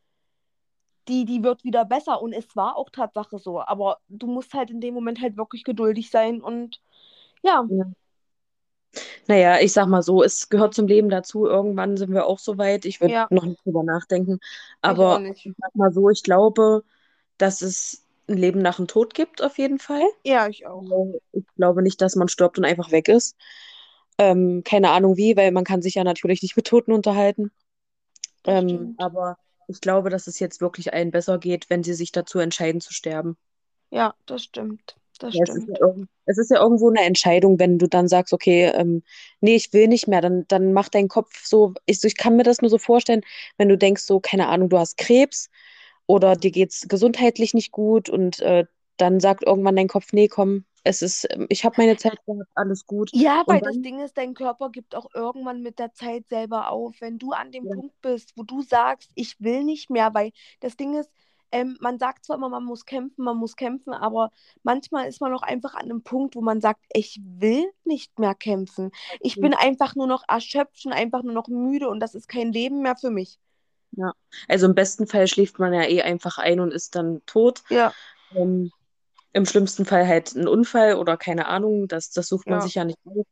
A: die, die wird wieder besser, und es war auch Tatsache so. Aber du musst halt in dem Moment halt wirklich geduldig sein, und ja,
B: Ja. Naja, ich sag mal so, es gehört zum Leben dazu. Irgendwann sind wir auch so weit. Ich würde
A: ja,
B: noch nicht drüber nachdenken.
A: ich auch
B: Aber
A: nicht.
B: ich sag mal so, ich glaube, dass es ein Leben nach dem Tod gibt, auf jeden Fall.
A: Ja, ich auch.
B: Weil Ich glaube nicht, dass man stirbt und einfach weg ist. Ähm, keine Ahnung wie, weil man kann sich ja natürlich nicht mit Toten unterhalten.
A: Das
B: Ähm,
A: stimmt.
B: aber ich glaube, dass es jetzt wirklich allen besser geht, wenn sie sich dazu entscheiden zu sterben.
A: Ja, das stimmt. Das
B: Ja, es ist ja,
A: stimmt.
B: irgend, es ist ja irgendwo eine Entscheidung, wenn du dann sagst, okay, ähm, nee, ich will nicht mehr, dann, dann macht dein Kopf so, ich, so, ich kann mir das nur so vorstellen, wenn du denkst, so, keine Ahnung, du hast Krebs oder dir geht's gesundheitlich nicht gut und äh, dann sagt irgendwann dein Kopf, nee, komm, es ist, ähm, ich habe meine Zeit gehabt, alles gut.
A: Ja, weil
B: Und
A: das
B: dann,
A: Ding ist, dein Körper gibt auch irgendwann mit der Zeit selber auf. Wenn du an dem
B: ja,
A: Punkt bist, wo du sagst, ich will nicht mehr, weil das Ding ist, ähm, man sagt zwar immer, man muss kämpfen, man muss kämpfen, aber manchmal ist man auch einfach an einem Punkt, wo man sagt, ich will nicht mehr kämpfen. Ich bin einfach nur noch erschöpft und einfach nur noch müde, und das ist kein Leben mehr für mich.
B: ja. Also im besten Fall schläft man ja eh einfach ein und ist dann tot.
A: Ja,
B: Ähm, Im schlimmsten Fall halt ein Unfall oder keine Ahnung, das, das sucht man
A: ja.
B: sich ja nicht aus.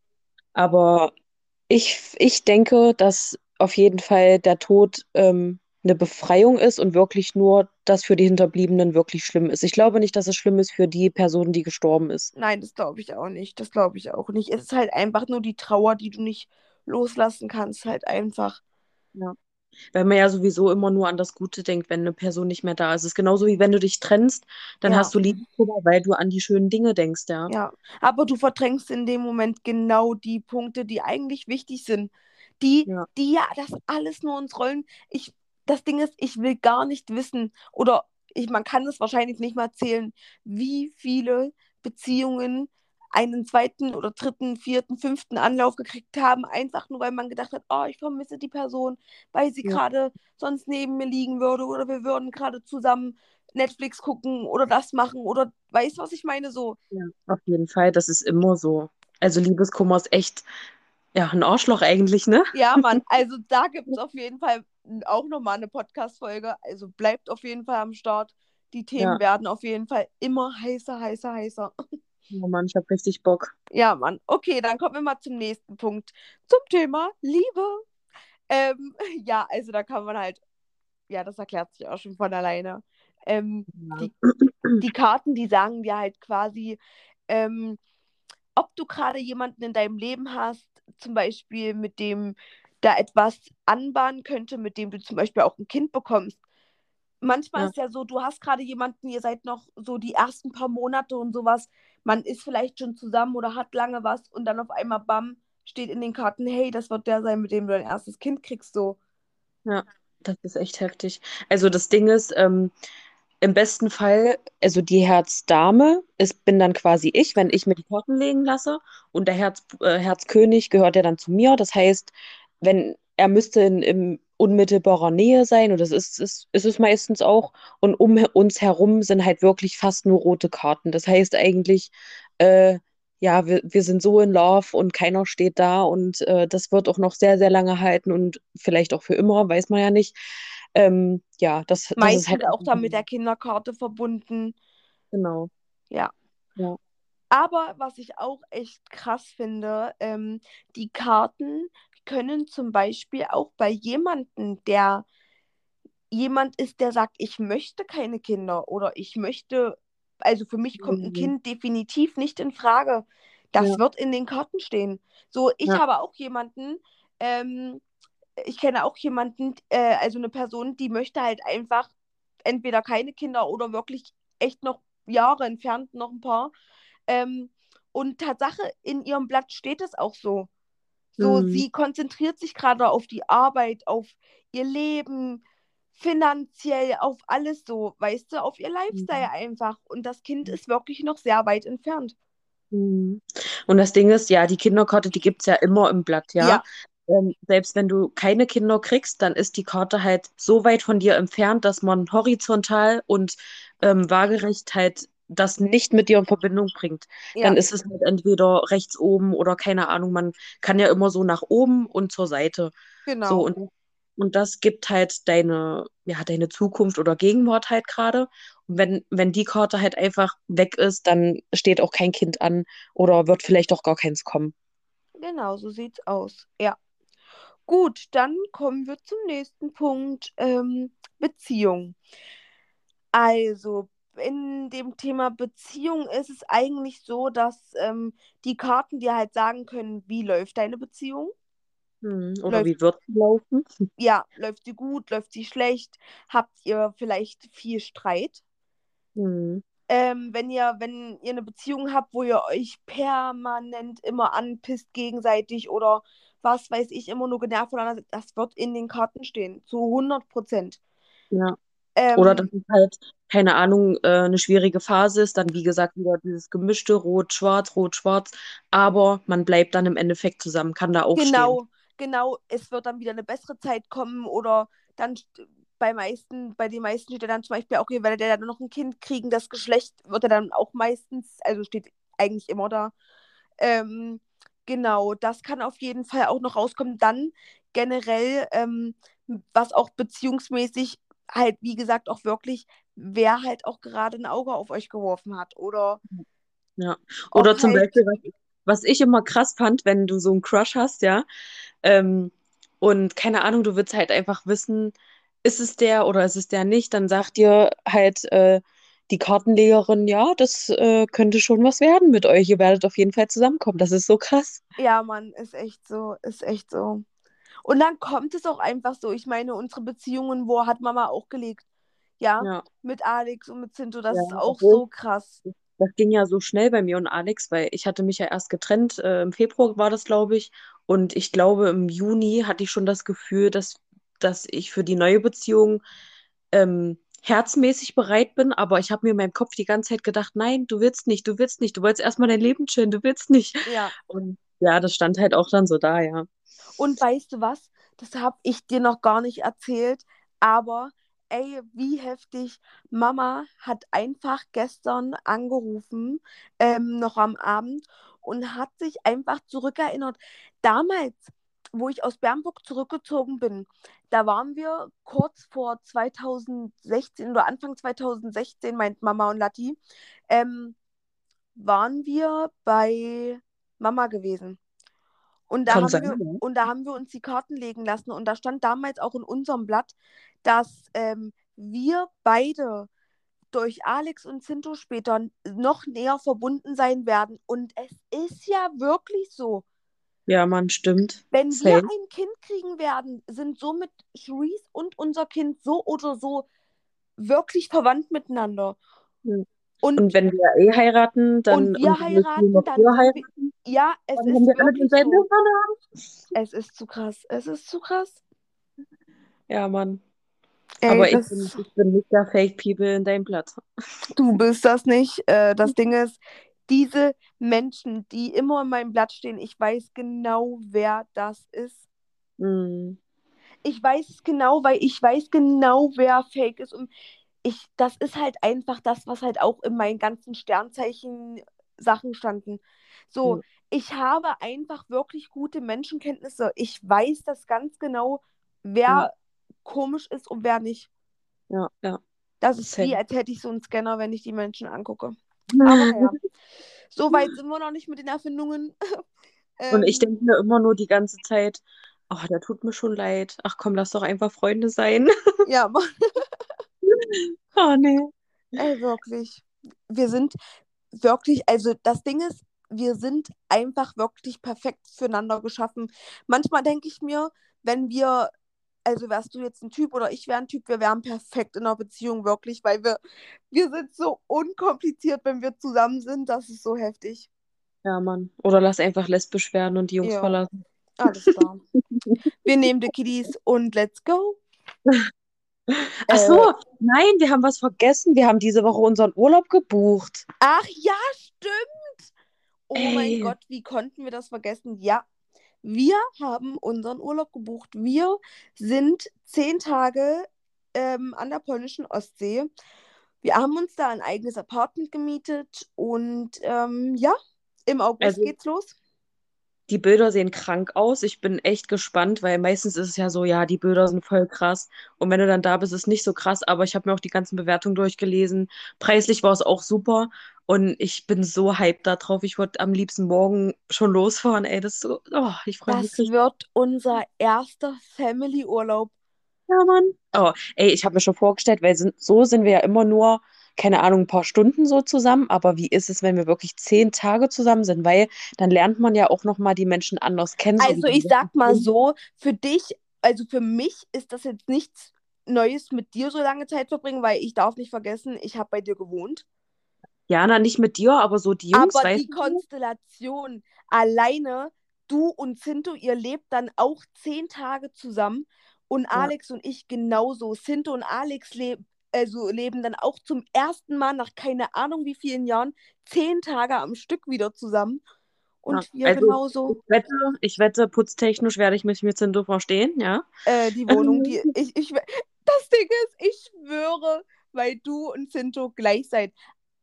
B: Aber ich, ich denke, dass auf jeden Fall der Tod ähm, eine Befreiung ist und wirklich nur das für die Hinterbliebenen wirklich schlimm ist. Ich glaube nicht, dass es schlimm ist für die Person, die gestorben ist.
A: Nein, das glaube ich auch nicht. Das glaube ich auch nicht. Es ist halt einfach nur die Trauer, die du nicht loslassen kannst, halt einfach.
B: Ja. Weil man ja sowieso immer nur an das Gute denkt, wenn eine Person nicht mehr da ist. Es ist genauso wie wenn du dich trennst, dann
A: Ja.
B: hast du Liebeskummer, weil du an die schönen Dinge denkst, ja.
A: Ja, aber du verdrängst in dem Moment genau die Punkte, die eigentlich wichtig sind. Die,
B: Ja,
A: die ja das alles nur uns rollen. Ich, das Ding ist, ich will gar nicht wissen, oder ich, man kann es wahrscheinlich nicht mal zählen, wie viele Beziehungen einen zweiten oder dritten, vierten, fünften Anlauf gekriegt haben, einfach nur weil man gedacht hat, oh, ich vermisse die Person, weil sie
B: ja,
A: gerade sonst neben mir liegen würde, oder wir würden gerade zusammen Netflix gucken oder das machen, oder weißt du, was ich meine? So,
B: ja. Auf jeden Fall, das ist immer so. Also Liebeskummer ist echt, ja, ein Arschloch eigentlich, ne?
A: ja, Mann, also da gibt es auf jeden Fall auch nochmal eine Podcast-Folge. Also bleibt auf jeden Fall am Start. Die Themen
B: Ja,
A: werden auf jeden Fall immer heißer, heißer, heißer.
B: oh Mann, ich habe richtig Bock.
A: Ja, Mann. Okay, dann kommen wir mal zum nächsten Punkt. Zum Thema Liebe. Ähm, ja, also da kann man halt, ja, das erklärt sich auch schon von alleine. Ähm, die,
B: Ja,
A: die Karten, die sagen dir halt quasi, ähm, ob du gerade jemanden in deinem Leben hast, zum Beispiel mit dem da etwas anbahnen könnte, mit dem du zum Beispiel auch ein Kind bekommst. Manchmal
B: ja,
A: ist ja so, du hast gerade jemanden, ihr seid noch so die ersten paar Monate und sowas, man ist vielleicht schon zusammen oder hat lange was, und dann auf einmal, bam, steht in den Karten, hey, das wird der sein, mit dem du dein erstes Kind kriegst, so.
B: ja, das ist echt heftig. Also das Ding ist, ähm, im besten Fall, also die Herzdame ist, bin dann quasi ich, wenn ich mir die Karten legen lasse. Und der Herz, äh, Herzkönig gehört ja dann zu mir. Das heißt, wenn er müsste in, in unmittelbarer Nähe sein, und das ist, ist, ist es meistens auch. Und um uns herum sind halt wirklich fast nur rote Karten. Das heißt eigentlich, äh, ja, wir, wir sind so in Love und keiner steht da. Und äh, das wird auch noch sehr, sehr lange halten und vielleicht auch für immer, weiß man ja nicht. Ähm, ja, das, das ist halt
A: Meistens auch
B: einfach.
A: dann mit der Kinderkarte verbunden.
B: Genau.
A: Ja.
B: Ja.
A: Aber was ich auch echt krass finde, ähm, die Karten können zum Beispiel auch bei jemandem, der jemand ist, der sagt, ich möchte keine Kinder, oder ich möchte, also für mich kommt ein
B: Mhm.
A: Kind definitiv nicht in Frage. Das
B: Ja,
A: wird in den Karten stehen. So, ich
B: ja,
A: habe auch jemanden, ähm, ich kenne auch jemanden, äh, also eine Person, die möchte halt einfach entweder keine Kinder oder wirklich echt noch Jahre entfernt, noch ein paar. Ähm, und Tatsache, in ihrem Blatt steht es auch so. So,
B: Mhm.
A: sie konzentriert sich gerade auf die Arbeit, auf ihr Leben, finanziell, auf alles so, weißt du, auf ihr Lifestyle
B: Mhm.
A: einfach. Und das Kind ist wirklich noch sehr weit entfernt.
B: Mhm. Und das Ding ist, ja, die Kinderkarte, die gibt es ja immer im Blatt, ja.
A: Ja,
B: Ähm, selbst wenn du keine Kinder kriegst, dann ist die Karte halt so weit von dir entfernt, dass man horizontal und ähm, waagerecht halt das nicht mit dir in Verbindung bringt. Dann
A: ja,
B: ist es halt entweder rechts oben oder keine Ahnung, man kann ja immer so nach oben und zur Seite. So,
A: genau.
B: und, und das gibt halt deine, ja, deine Zukunft oder Gegenwart halt gerade. Und wenn, wenn die Karte halt einfach weg ist, dann steht auch kein Kind an oder wird vielleicht auch gar keins kommen.
A: Genau, so sieht's aus. Ja. Gut, dann kommen wir zum nächsten Punkt, ähm, Beziehung. Also, in dem Thema Beziehung ist es eigentlich so, dass ähm, die Karten dir halt sagen können, wie läuft deine Beziehung?
B: Hm. Oder
A: Läuft,
B: wie wird es laufen?
A: ja, läuft sie gut, läuft sie schlecht? Habt ihr vielleicht viel Streit?
B: Hm.
A: Ähm, wenn ihr, wenn ihr eine Beziehung habt, wo ihr euch permanent immer anpisst gegenseitig oder was weiß ich, immer nur genervt voneinander seid, das wird in den Karten stehen, zu hundert Prozent.
B: Ja. Oder dass
A: Ähm,
B: es halt, keine Ahnung, äh, eine schwierige Phase ist, dann wie gesagt wieder dieses gemischte Rot-Schwarz, Rot-Schwarz, aber man bleibt dann im Endeffekt zusammen, kann da aufstehen.
A: genau, genau, es wird dann wieder eine bessere Zeit kommen oder dann st- bei meisten, bei den meisten steht ja dann zum Beispiel auch, ihr werdet ja dann noch ein Kind kriegen, das Geschlecht wird ja dann auch meistens, also steht eigentlich immer da. Ähm, genau, das kann auf jeden Fall auch noch rauskommen. Dann generell, ähm, was auch beziehungsmäßig halt, wie gesagt, auch wirklich, wer halt auch gerade ein Auge auf euch geworfen hat. Oder
B: Ja.
A: ob
B: Oder zum
A: halt,
B: Beispiel, was, was ich immer krass fand, wenn du so einen Crush hast, ja, ähm, und keine Ahnung, du willst halt einfach wissen, ist es der oder ist es der nicht, dann sagt dir halt äh, die Kartenlegerin, ja, das äh, könnte schon was werden mit euch. Ihr werdet auf jeden Fall zusammenkommen. Das ist so krass.
A: ja, Mann, ist echt so, ist echt so. Und dann kommt es auch einfach so. Ich meine, unsere Beziehungen, wo hat Mama auch gelegt? Ja,
B: Ja,
A: mit Alex und mit Cinto, das
B: ja,
A: ist auch
B: obwohl
A: so krass.
B: das ging ja so schnell bei mir und Alex, weil ich hatte mich ja erst getrennt, äh, im Februar war das, glaube ich. Und ich glaube, im Juni hatte ich schon das Gefühl, dass, dass ich für die neue Beziehung ähm, herzmäßig bereit bin. Aber ich habe mir in meinem Kopf die ganze Zeit gedacht, nein, du willst nicht, du willst nicht, du wolltest erstmal dein Leben chillen, du willst nicht.
A: Ja.
B: Und ja, das stand halt auch dann so da, ja.
A: Und weißt du was? Das habe ich dir noch gar nicht erzählt, aber ey, wie heftig. Mama hat einfach gestern angerufen, ähm, noch am Abend, und hat sich einfach zurückerinnert. Damals, wo ich aus Bernburg zurückgezogen bin, da waren wir kurz vor zwanzig sechzehn oder Anfang zwanzig sechzehn, meint Mama und Latti, ähm, waren wir bei Mama gewesen. Und da
B: Kann
A: haben
B: sein,
A: wir,
B: ja.
A: und da haben wir uns die Karten legen lassen. Und da stand damals auch in unserem Blatt, dass ähm, wir beide durch Alex und Zinto später noch näher verbunden sein werden. Und es ist ja wirklich so.
B: Ja, Mann, stimmt.
A: Wenn wir
B: Safe.
A: ein Kind kriegen werden, sind somit Cherise und unser Kind so oder so wirklich verwandt miteinander.
B: Ja. Und
A: Und,
B: wenn wir eh heiraten,
A: und
B: dann
A: wir
B: und wir müssen
A: heiraten,
B: noch
A: dann
B: früher
A: sind wir.
B: heiraten,
A: Ja, es
B: dann haben
A: ist
B: wir alle
A: wirklich
B: denselben
A: so.
B: Nachnamen.
A: Es ist zu krass. Es ist zu krass.
B: Ja, Mann.
A: Ey,
B: Aber ich bin,
A: das.
B: ich bin nicht der Fake People in deinem Blatt.
A: Du bist das nicht. Äh, das Ding ist, diese Menschen, die immer in meinem Blatt stehen, ich weiß genau, wer das ist.
B: Mm,
A: Ich weiß es genau, weil ich weiß genau, wer fake ist. Und ich, das ist halt einfach das, was halt auch in meinen ganzen Sternzeichen-Sachen standen. So,
B: ja,
A: ich habe einfach wirklich gute Menschenkenntnisse. Ich weiß das ganz genau,
B: ja,
A: wer komisch ist und wer nicht.
B: ja, ja.
A: Das ist wie,
B: Same.
A: als hätte ich so einen Scanner, wenn ich die Menschen angucke. Aber naja. So weit sind wir noch nicht mit den Erfindungen.
B: Und ich
A: ähm,
B: denke mir immer nur die ganze Zeit, oh, der tut mir schon leid. Ach komm, lass doch einfach Freunde sein.
A: ja, aber,
B: Oh nee.
A: ey, wirklich. Wir sind wirklich, also das Ding ist, wir sind einfach wirklich perfekt füreinander geschaffen. Manchmal denke ich mir, wenn wir, also wärst du jetzt ein Typ oder ich wäre ein Typ, wir wären perfekt in einer Beziehung, wirklich, weil wir, wir sind so unkompliziert, wenn wir zusammen sind, das ist so heftig.
B: Ja, Mann. Oder lass einfach lesbisch werden und die Jungs
A: Ja,
B: verlassen.
A: alles klar. Wir nehmen die Kiddies und let's go.
B: Ach so,
A: Äh,
B: nein, wir haben was vergessen. Wir haben diese Woche unseren Urlaub gebucht.
A: ach ja, stimmt. Oh mein
B: Ey,
A: Gott, wie konnten wir das vergessen? Ja, wir haben unseren Urlaub gebucht. Wir sind zehn Tage ähm, an der polnischen Ostsee. Wir haben uns da ein eigenes Apartment gemietet und ähm, ja, im August
B: also
A: geht's los.
B: die Bilder sehen krank aus. Ich bin echt gespannt, weil meistens ist es ja so, ja, die Bilder sind voll krass. Und wenn du dann da bist, ist es nicht so krass. Aber ich habe mir auch die ganzen Bewertungen durchgelesen. Preislich war es auch super. Und ich bin so hyped da drauf. Ich wollte am liebsten morgen schon losfahren. Ey, das ist so, oh, ich freue mich
A: Das
B: richtig.
A: wird unser erster Family-Urlaub.
B: Ja, Mann. Oh, ey, ich habe mir schon vorgestellt, weil sind, so sind wir ja immer nur, keine Ahnung, ein paar Stunden so zusammen. Aber wie ist es, wenn wir wirklich zehn Tage zusammen sind? Weil dann lernt man ja auch nochmal die Menschen anders kennen, so wie
A: Also
B: die
A: ich sag mal
B: sind.
A: so, für dich, also für mich ist das jetzt nichts Neues mit dir so lange Zeit verbringen, weil ich darf nicht vergessen, ich habe bei dir gewohnt.
B: Jana, nicht mit dir, aber so die Jungs,
A: Aber
B: weißt
A: die
B: du?
A: Konstellation alleine, du und Cinto, ihr lebt dann auch zehn Tage zusammen und
B: Ja,
A: Alex und ich genauso. Cinto und Alex leb also leben dann auch zum ersten Mal nach keine Ahnung wie vielen Jahren zehn Tage am Stück wieder zusammen
B: ja.
A: und wir
B: Also ich
A: genauso.
B: wette, ich wette, putztechnisch werde ich mich mit Zindo verstehen, ja.
A: Äh, die Wohnung, die ich, ich, das Ding ist, ich schwöre, weil du und Cinto gleich seid.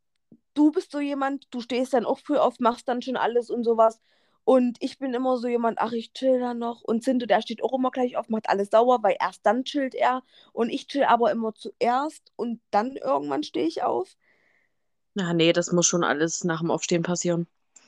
A: Du bist so jemand, du stehst dann auch früh auf, machst dann schon alles und sowas. Und ich bin immer so jemand, ach, ich chill dann noch. Und Cinto, der steht auch immer gleich auf, macht alles sauer, weil erst dann chillt er. Und ich chill aber immer zuerst und dann irgendwann stehe ich auf.
B: Ja, nee, das muss schon alles nach dem Aufstehen passieren.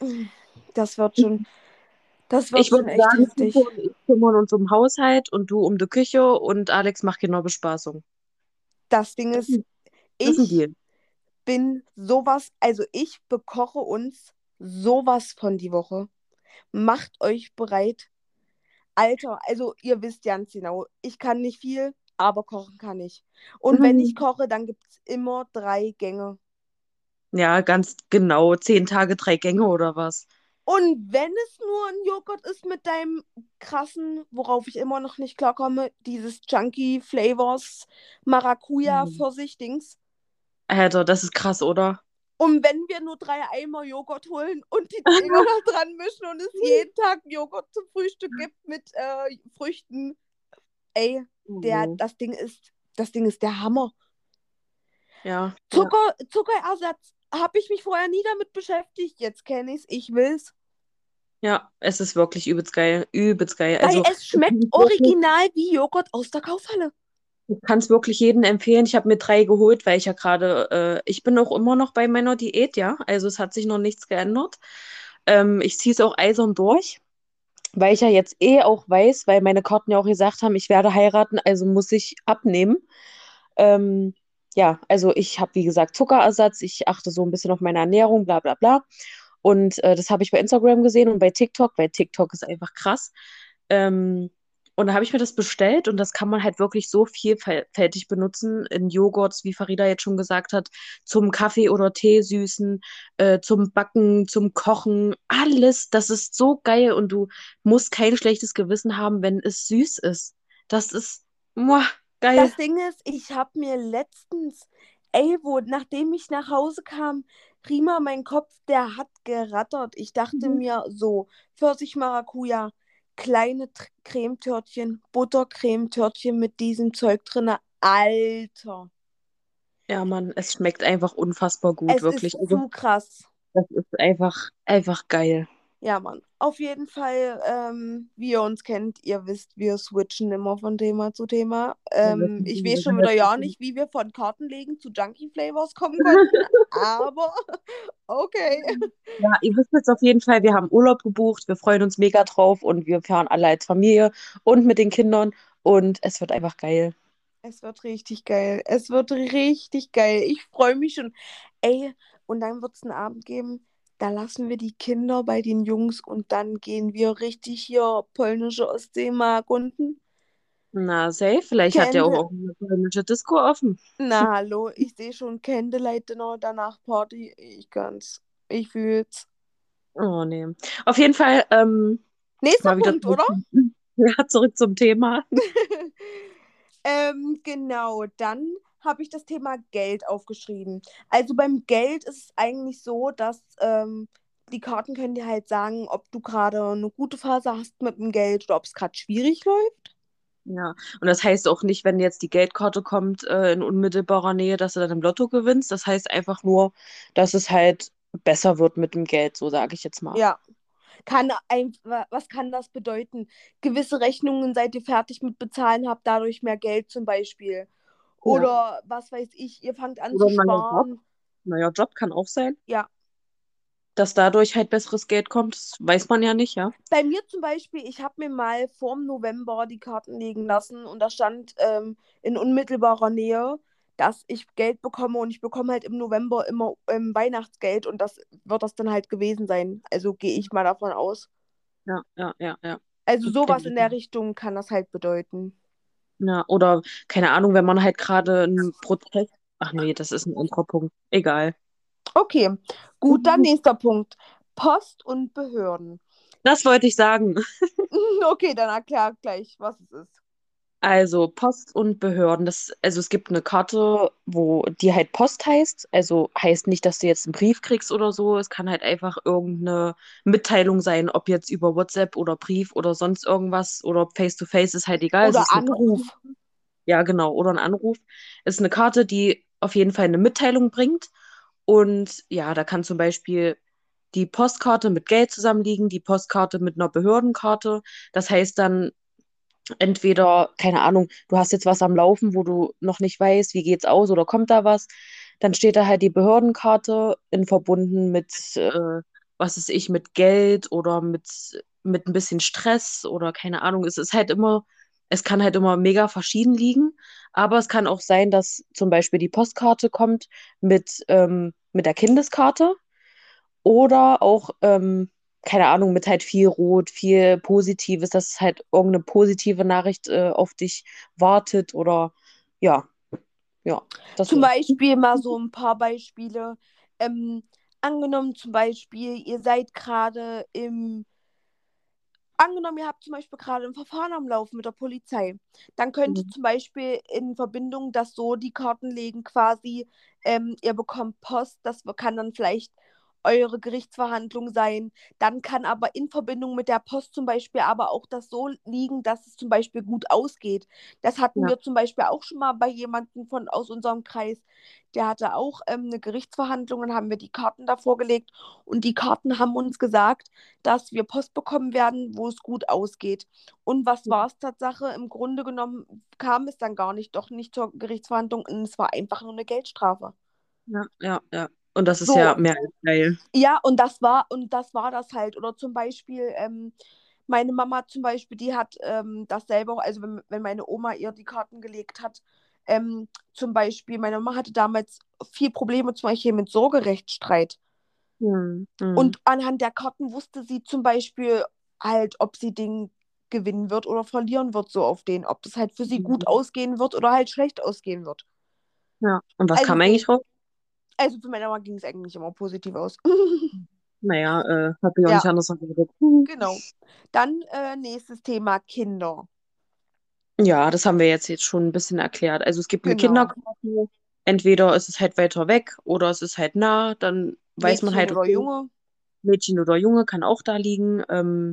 A: Das wird schon, das wird
B: Ich
A: schon
B: würde
A: echt
B: sagen, Zindo
A: heftig.
B: und ich kümmern uns um Haushalt und du um die Küche und Alex macht Kinderbespaßung.
A: Das Ding
B: Das,
A: ist,
B: das ist ein
A: ich
B: Deal.
A: bin sowas, also ich bekoche uns sowas von die Woche. Macht euch bereit. Alter, also ihr wisst ganz genau, ich kann nicht viel, aber kochen kann ich. Und wenn ich
B: Mhm.
A: koche, dann gibt es immer drei Gänge.
B: Ja, ganz genau. Zehn Tage, drei Gänge oder was?
A: Und wenn es nur ein Joghurt ist mit deinem krassen, worauf ich immer noch nicht klarkomme, dieses Chunky Flavors Maracuja
B: Mhm.
A: Pfirsich-Dings.
B: Alter, das ist krass, oder?
A: Und wenn wir nur drei Eimer Joghurt holen und die Dinger noch dran mischen und es jeden Tag Joghurt zum Frühstück gibt mit äh, Früchten, ey, der,
B: Mhm.
A: das Ding ist, das Ding ist der Hammer.
B: Ja, ja.
A: Zucker, Zuckerersatz habe ich mich vorher nie damit beschäftigt. Jetzt kenne ich es, ich will's.
B: Ja, es ist wirklich übelst geil. Übelst geil.
A: Weil
B: Also,
A: es
B: ich
A: schmeckt
B: kann wirklich,
A: original wie Joghurt aus der Kaufhalle.
B: ich kann es wirklich jedem empfehlen. Ich habe mir drei geholt, weil ich ja gerade, äh, ich bin auch immer noch bei meiner Diät, ja. Also es hat sich noch nichts geändert. Ähm, ich ziehe es auch eisern durch, weil ich ja jetzt eh auch weiß, weil meine Karten ja auch gesagt haben, ich werde heiraten, also muss ich abnehmen. Ähm, ja, also ich habe, wie gesagt, Zuckerersatz, ich achte so ein bisschen auf meine Ernährung, bla bla bla. Und äh, das habe ich bei Instagram gesehen und bei TikTok, weil TikTok ist einfach krass. Ähm, und da habe ich mir das bestellt und das kann man halt wirklich so vielfältig benutzen in Joghurts, wie Farida jetzt schon gesagt hat, zum Kaffee oder Tee süßen, äh, zum Backen, zum Kochen, alles. Das ist so geil und du musst kein schlechtes Gewissen haben, wenn es süß ist. Das ist muah, geil.
A: Das Ding ist, ich habe mir letztens, ey, wo, nachdem ich nach Hause kam, Rima, mein Kopf, der hat gerattert. Ich dachte
B: Mhm.
A: mir so, Pfirsich-Maracuja, kleine Tr- Cremetörtchen, Buttercremetörtchen mit diesem Zeug drinne. Alter,
B: Ja, Mann, es schmeckt einfach unfassbar gut,
A: es ist
B: wirklich. Also,
A: zu krass.
B: das ist einfach, einfach geil.
A: Ja, Mann. Auf jeden Fall, ähm, wie ihr uns kennt, ihr wisst, wir switchen immer von Thema zu Thema.
B: Ja, das
A: Ähm,
B: ist
A: ich weiß
B: diese
A: schon wieder ja
B: Welt.
A: nicht, wie wir von Kartenlegen zu Junkie Flavors kommen konnten, aber okay.
B: Ja, ihr wisst jetzt auf jeden Fall, wir haben Urlaub gebucht, wir freuen uns mega drauf und wir fahren alle als Familie und mit den Kindern und es wird einfach geil.
A: Es wird richtig geil. Es wird richtig geil. Ich freue mich schon. Ey, und dann wird es einen Abend geben. Da lassen wir die Kinder bei den Jungs und dann gehen wir richtig hier polnische Ostsee mal erkunden.
B: Na, safe, vielleicht hat der auch
A: Candle,
B: irgendeine polnische Disco offen.
A: na hallo, ich sehe schon Candlelight Dinner, danach Party. Ich kann's. Ich fühl's.
B: Oh, nee. Auf jeden Fall, ähm,
A: Nächster
B: mal wieder
A: Punkt,
B: zurück
A: oder?
B: zum, ja, zurück zum Thema.
A: Ähm, genau, dann habe ich das Thema Geld aufgeschrieben. Also beim Geld ist es eigentlich so, dass ähm, die Karten können dir halt sagen, ob du gerade eine gute Phase hast mit dem Geld oder ob es gerade schwierig läuft.
B: Ja, und das heißt auch nicht, wenn jetzt die Geldkarte kommt, äh, in unmittelbarer Nähe, dass du dann im Lotto gewinnst. Das heißt einfach nur, dass es halt besser wird mit dem Geld, so sage ich jetzt mal.
A: Ja, kann ein, wa- was kann das bedeuten? Gewisse Rechnungen seid ihr fertig mit bezahlen, habt dadurch mehr Geld zum Beispiel.
B: Ja.
A: Oder was weiß ich, ihr fangt an
B: Oder
A: zu
B: ein neuer Job.
A: sparen.
B: Neuer Job kann auch sein,
A: Ja,
B: dass dadurch halt besseres Geld kommt. Das weiß man ja nicht, ja.
A: bei mir zum Beispiel, ich habe mir mal vorm November die Karten legen lassen und da stand ähm, in unmittelbarer Nähe, dass ich Geld bekomme und ich bekomme halt im November immer ähm, Weihnachtsgeld und das wird das dann halt gewesen sein. Also gehe ich mal davon aus.
B: Ja, ja, ja, ja.
A: Also sowas
B: Denke
A: in
B: ich.
A: der Richtung kann das halt bedeuten.
B: Ja, oder keine Ahnung, wenn man halt gerade einen Prozess. Ach nee, das ist ein anderer Punkt. Egal.
A: Okay, gut, dann nächster Punkt. Post und Behörden.
B: Das wollte ich sagen.
A: Okay, dann erklär gleich, was es ist.
B: Also Post und Behörden. Das, also es gibt eine Karte, wo die halt Post heißt. Also heißt nicht, dass du jetzt einen Brief kriegst oder so. Es kann halt einfach irgendeine Mitteilung sein, ob jetzt über WhatsApp oder Brief oder sonst irgendwas oder Face-to-Face, ist halt egal. Es
A: Oder
B: ist eine Karte.
A: Anruf.
B: Ja, genau. Oder ein Anruf. Es ist eine Karte, die auf jeden Fall eine Mitteilung bringt. Und ja, da kann zum Beispiel die Postkarte mit Geld zusammenliegen, die Postkarte mit einer Behördenkarte. Das heißt dann entweder, keine Ahnung, du hast jetzt was am Laufen, wo du noch nicht weißt, wie geht's aus oder kommt da was. Dann steht da halt die Behördenkarte in verbunden mit, äh, was weiß ich, mit Geld oder mit, mit ein bisschen Stress oder keine Ahnung. Es ist halt immer, es kann halt immer mega verschieden liegen. Aber es kann auch sein, dass zum Beispiel die Postkarte kommt mit, ähm, mit der Kindeskarte. Oder auch, ähm, keine Ahnung, mit halt viel Rot, viel Positives, dass halt irgendeine positive Nachricht äh, auf dich wartet oder ja, ja, das
A: Zum
B: war.
A: Beispiel mal so ein paar Beispiele. Ähm, angenommen zum Beispiel, ihr seid gerade im, angenommen, ihr habt zum Beispiel gerade ein Verfahren am Laufen mit der Polizei. Dann könnte
B: Mhm.
A: zum Beispiel in Verbindung das so die Karten legen, quasi, ähm, ihr bekommt Post, das kann dann vielleicht eure Gerichtsverhandlung sein. Dann kann aber in Verbindung mit der Post zum Beispiel aber auch das so liegen, dass es zum Beispiel gut ausgeht. Das hatten
B: Ja,
A: wir zum Beispiel auch schon mal bei jemandem von aus unserem Kreis. Der hatte auch ähm, eine Gerichtsverhandlung und haben wir die Karten davor gelegt und die Karten haben uns gesagt, dass wir Post bekommen werden, wo es gut ausgeht. Und was war es Tatsache? Im Grunde genommen kam es dann gar nicht, doch nicht zur Gerichtsverhandlung und es war einfach nur eine Geldstrafe.
B: ja, ja, ja. Und das ist ja
A: So,
B: mehr als geil.
A: ja, und das war, und das war das halt. Oder zum Beispiel, ähm, meine Mama zum Beispiel, die hat ähm, das selber, also wenn, wenn meine Oma ihr die Karten gelegt hat, ähm, zum Beispiel, meine Mama hatte damals viel Probleme zum Beispiel mit Sorgerechtsstreit.
B: Hm, hm,
A: Und anhand der Karten wusste sie zum Beispiel halt, ob sie den gewinnen wird oder verlieren wird, so auf den, ob das halt für sie gut
B: hm.
A: ausgehen wird oder halt schlecht ausgehen wird.
B: Ja. Und was
A: Also
B: kam
A: so,
B: eigentlich raus?
A: also für meine Mama ging es eigentlich immer positiv aus.
B: Naja, äh, hat sich auch nicht
A: Ja,
B: anders erwartet. Hm.
A: genau. Dann äh, nächstes Thema Kinder.
B: Ja, das haben wir jetzt, jetzt schon ein bisschen erklärt. Also es gibt eine
A: Genau.
B: Kinderkarte, entweder ist es halt weiter weg oder es ist halt nah, dann weiß man
A: Mädchen
B: halt,
A: oder
B: okay,
A: Junge.
B: Mädchen oder Junge kann auch da liegen. Ähm,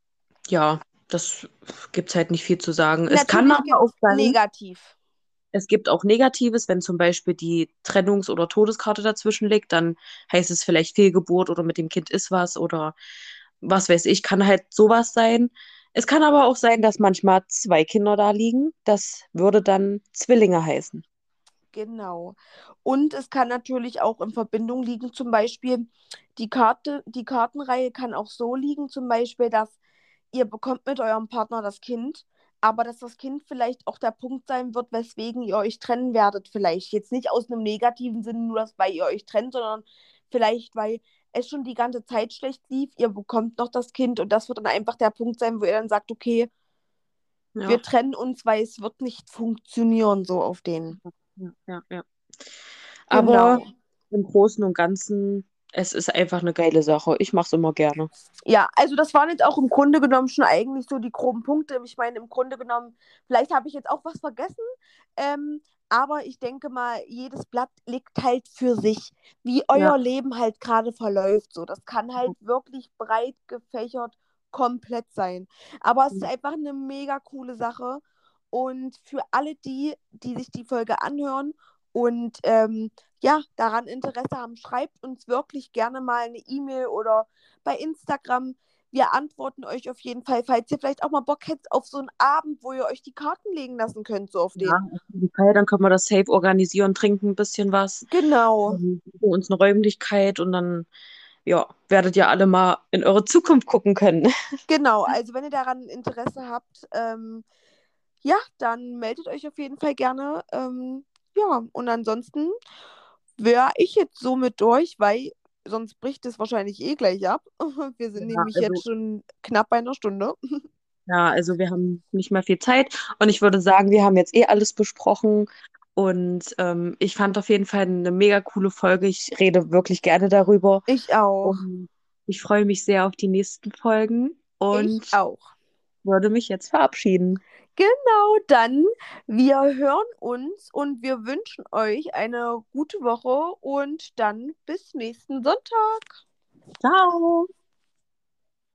B: ja, das gibt's halt nicht viel zu sagen. Es kann
A: Natürlich
B: aber
A: gibt
B: auch
A: es
B: sein,
A: negativ.
B: es gibt auch Negatives, wenn zum Beispiel die Trennungs- oder Todeskarte dazwischen liegt, dann heißt es vielleicht Fehlgeburt oder mit dem Kind ist was oder was weiß ich, kann halt sowas sein. Es kann aber auch sein, dass manchmal zwei Kinder da liegen. Das würde dann Zwillinge heißen.
A: Genau. Und es kann natürlich auch in Verbindung liegen, zum Beispiel die Karte, die Kartenreihe kann auch so liegen, zum Beispiel, dass ihr bekommt mit eurem Partner das Kind, aber dass das Kind vielleicht auch der Punkt sein wird, weswegen ihr euch trennen werdet, vielleicht. Jetzt nicht aus einem negativen Sinne, nur dass, weil ihr euch trennt, sondern vielleicht, weil es schon die ganze Zeit schlecht lief, ihr bekommt noch das Kind und das wird dann einfach der Punkt sein, wo ihr dann sagt, okay,
B: Ja,
A: wir trennen uns, weil es wird nicht funktionieren, so auf den.
B: ja, ja, ja. Aber
A: Genau.
B: im Großen und Ganzen, es ist einfach eine geile Sache. Ich mache es immer gerne.
A: Ja, also das waren jetzt auch im Grunde genommen schon eigentlich so die groben Punkte. Ich meine, im Grunde genommen, vielleicht habe ich jetzt auch was vergessen, ähm, aber ich denke mal, jedes Blatt liegt halt für sich, wie
B: Ja,
A: euer Leben halt gerade verläuft. So, das kann halt wirklich breit gefächert komplett sein. Aber es ist einfach eine mega coole Sache. Und für alle die, die sich die Folge anhören und ähm, ja, daran Interesse haben, schreibt uns wirklich gerne mal eine E-Mail oder bei Instagram. Wir antworten euch auf jeden Fall, falls ihr vielleicht auch mal Bock hättet auf so einen Abend, wo ihr euch die Karten legen lassen könnt, so auf
B: ja,
A: den.
B: auf jeden Fall. Dann können wir das safe organisieren, trinken ein bisschen was,
A: Genau,
B: ähm, suchen uns eine Räumlichkeit und dann, ja, werdet ihr alle mal in eure Zukunft gucken können.
A: genau. Also wenn ihr daran Interesse habt, ähm, ja, dann meldet euch auf jeden Fall gerne. Ähm, ja, und ansonsten wäre ich jetzt somit durch, weil sonst bricht es wahrscheinlich eh gleich ab. Wir sind
B: Ja,
A: nämlich jetzt
B: also,
A: schon knapp bei einer Stunde.
B: ja, also wir haben nicht mehr viel Zeit und ich würde sagen, wir haben jetzt eh alles besprochen und ähm, ich fand auf jeden Fall eine mega coole Folge. Ich rede wirklich gerne darüber
A: Ich auch.
B: und ich freue mich sehr auf die nächsten Folgen
A: Ich
B: und
A: auch.
B: würde mich jetzt verabschieden.
A: Genau, dann wir hören uns und wir wünschen euch eine gute Woche und dann bis nächsten Sonntag.
B: Ciao!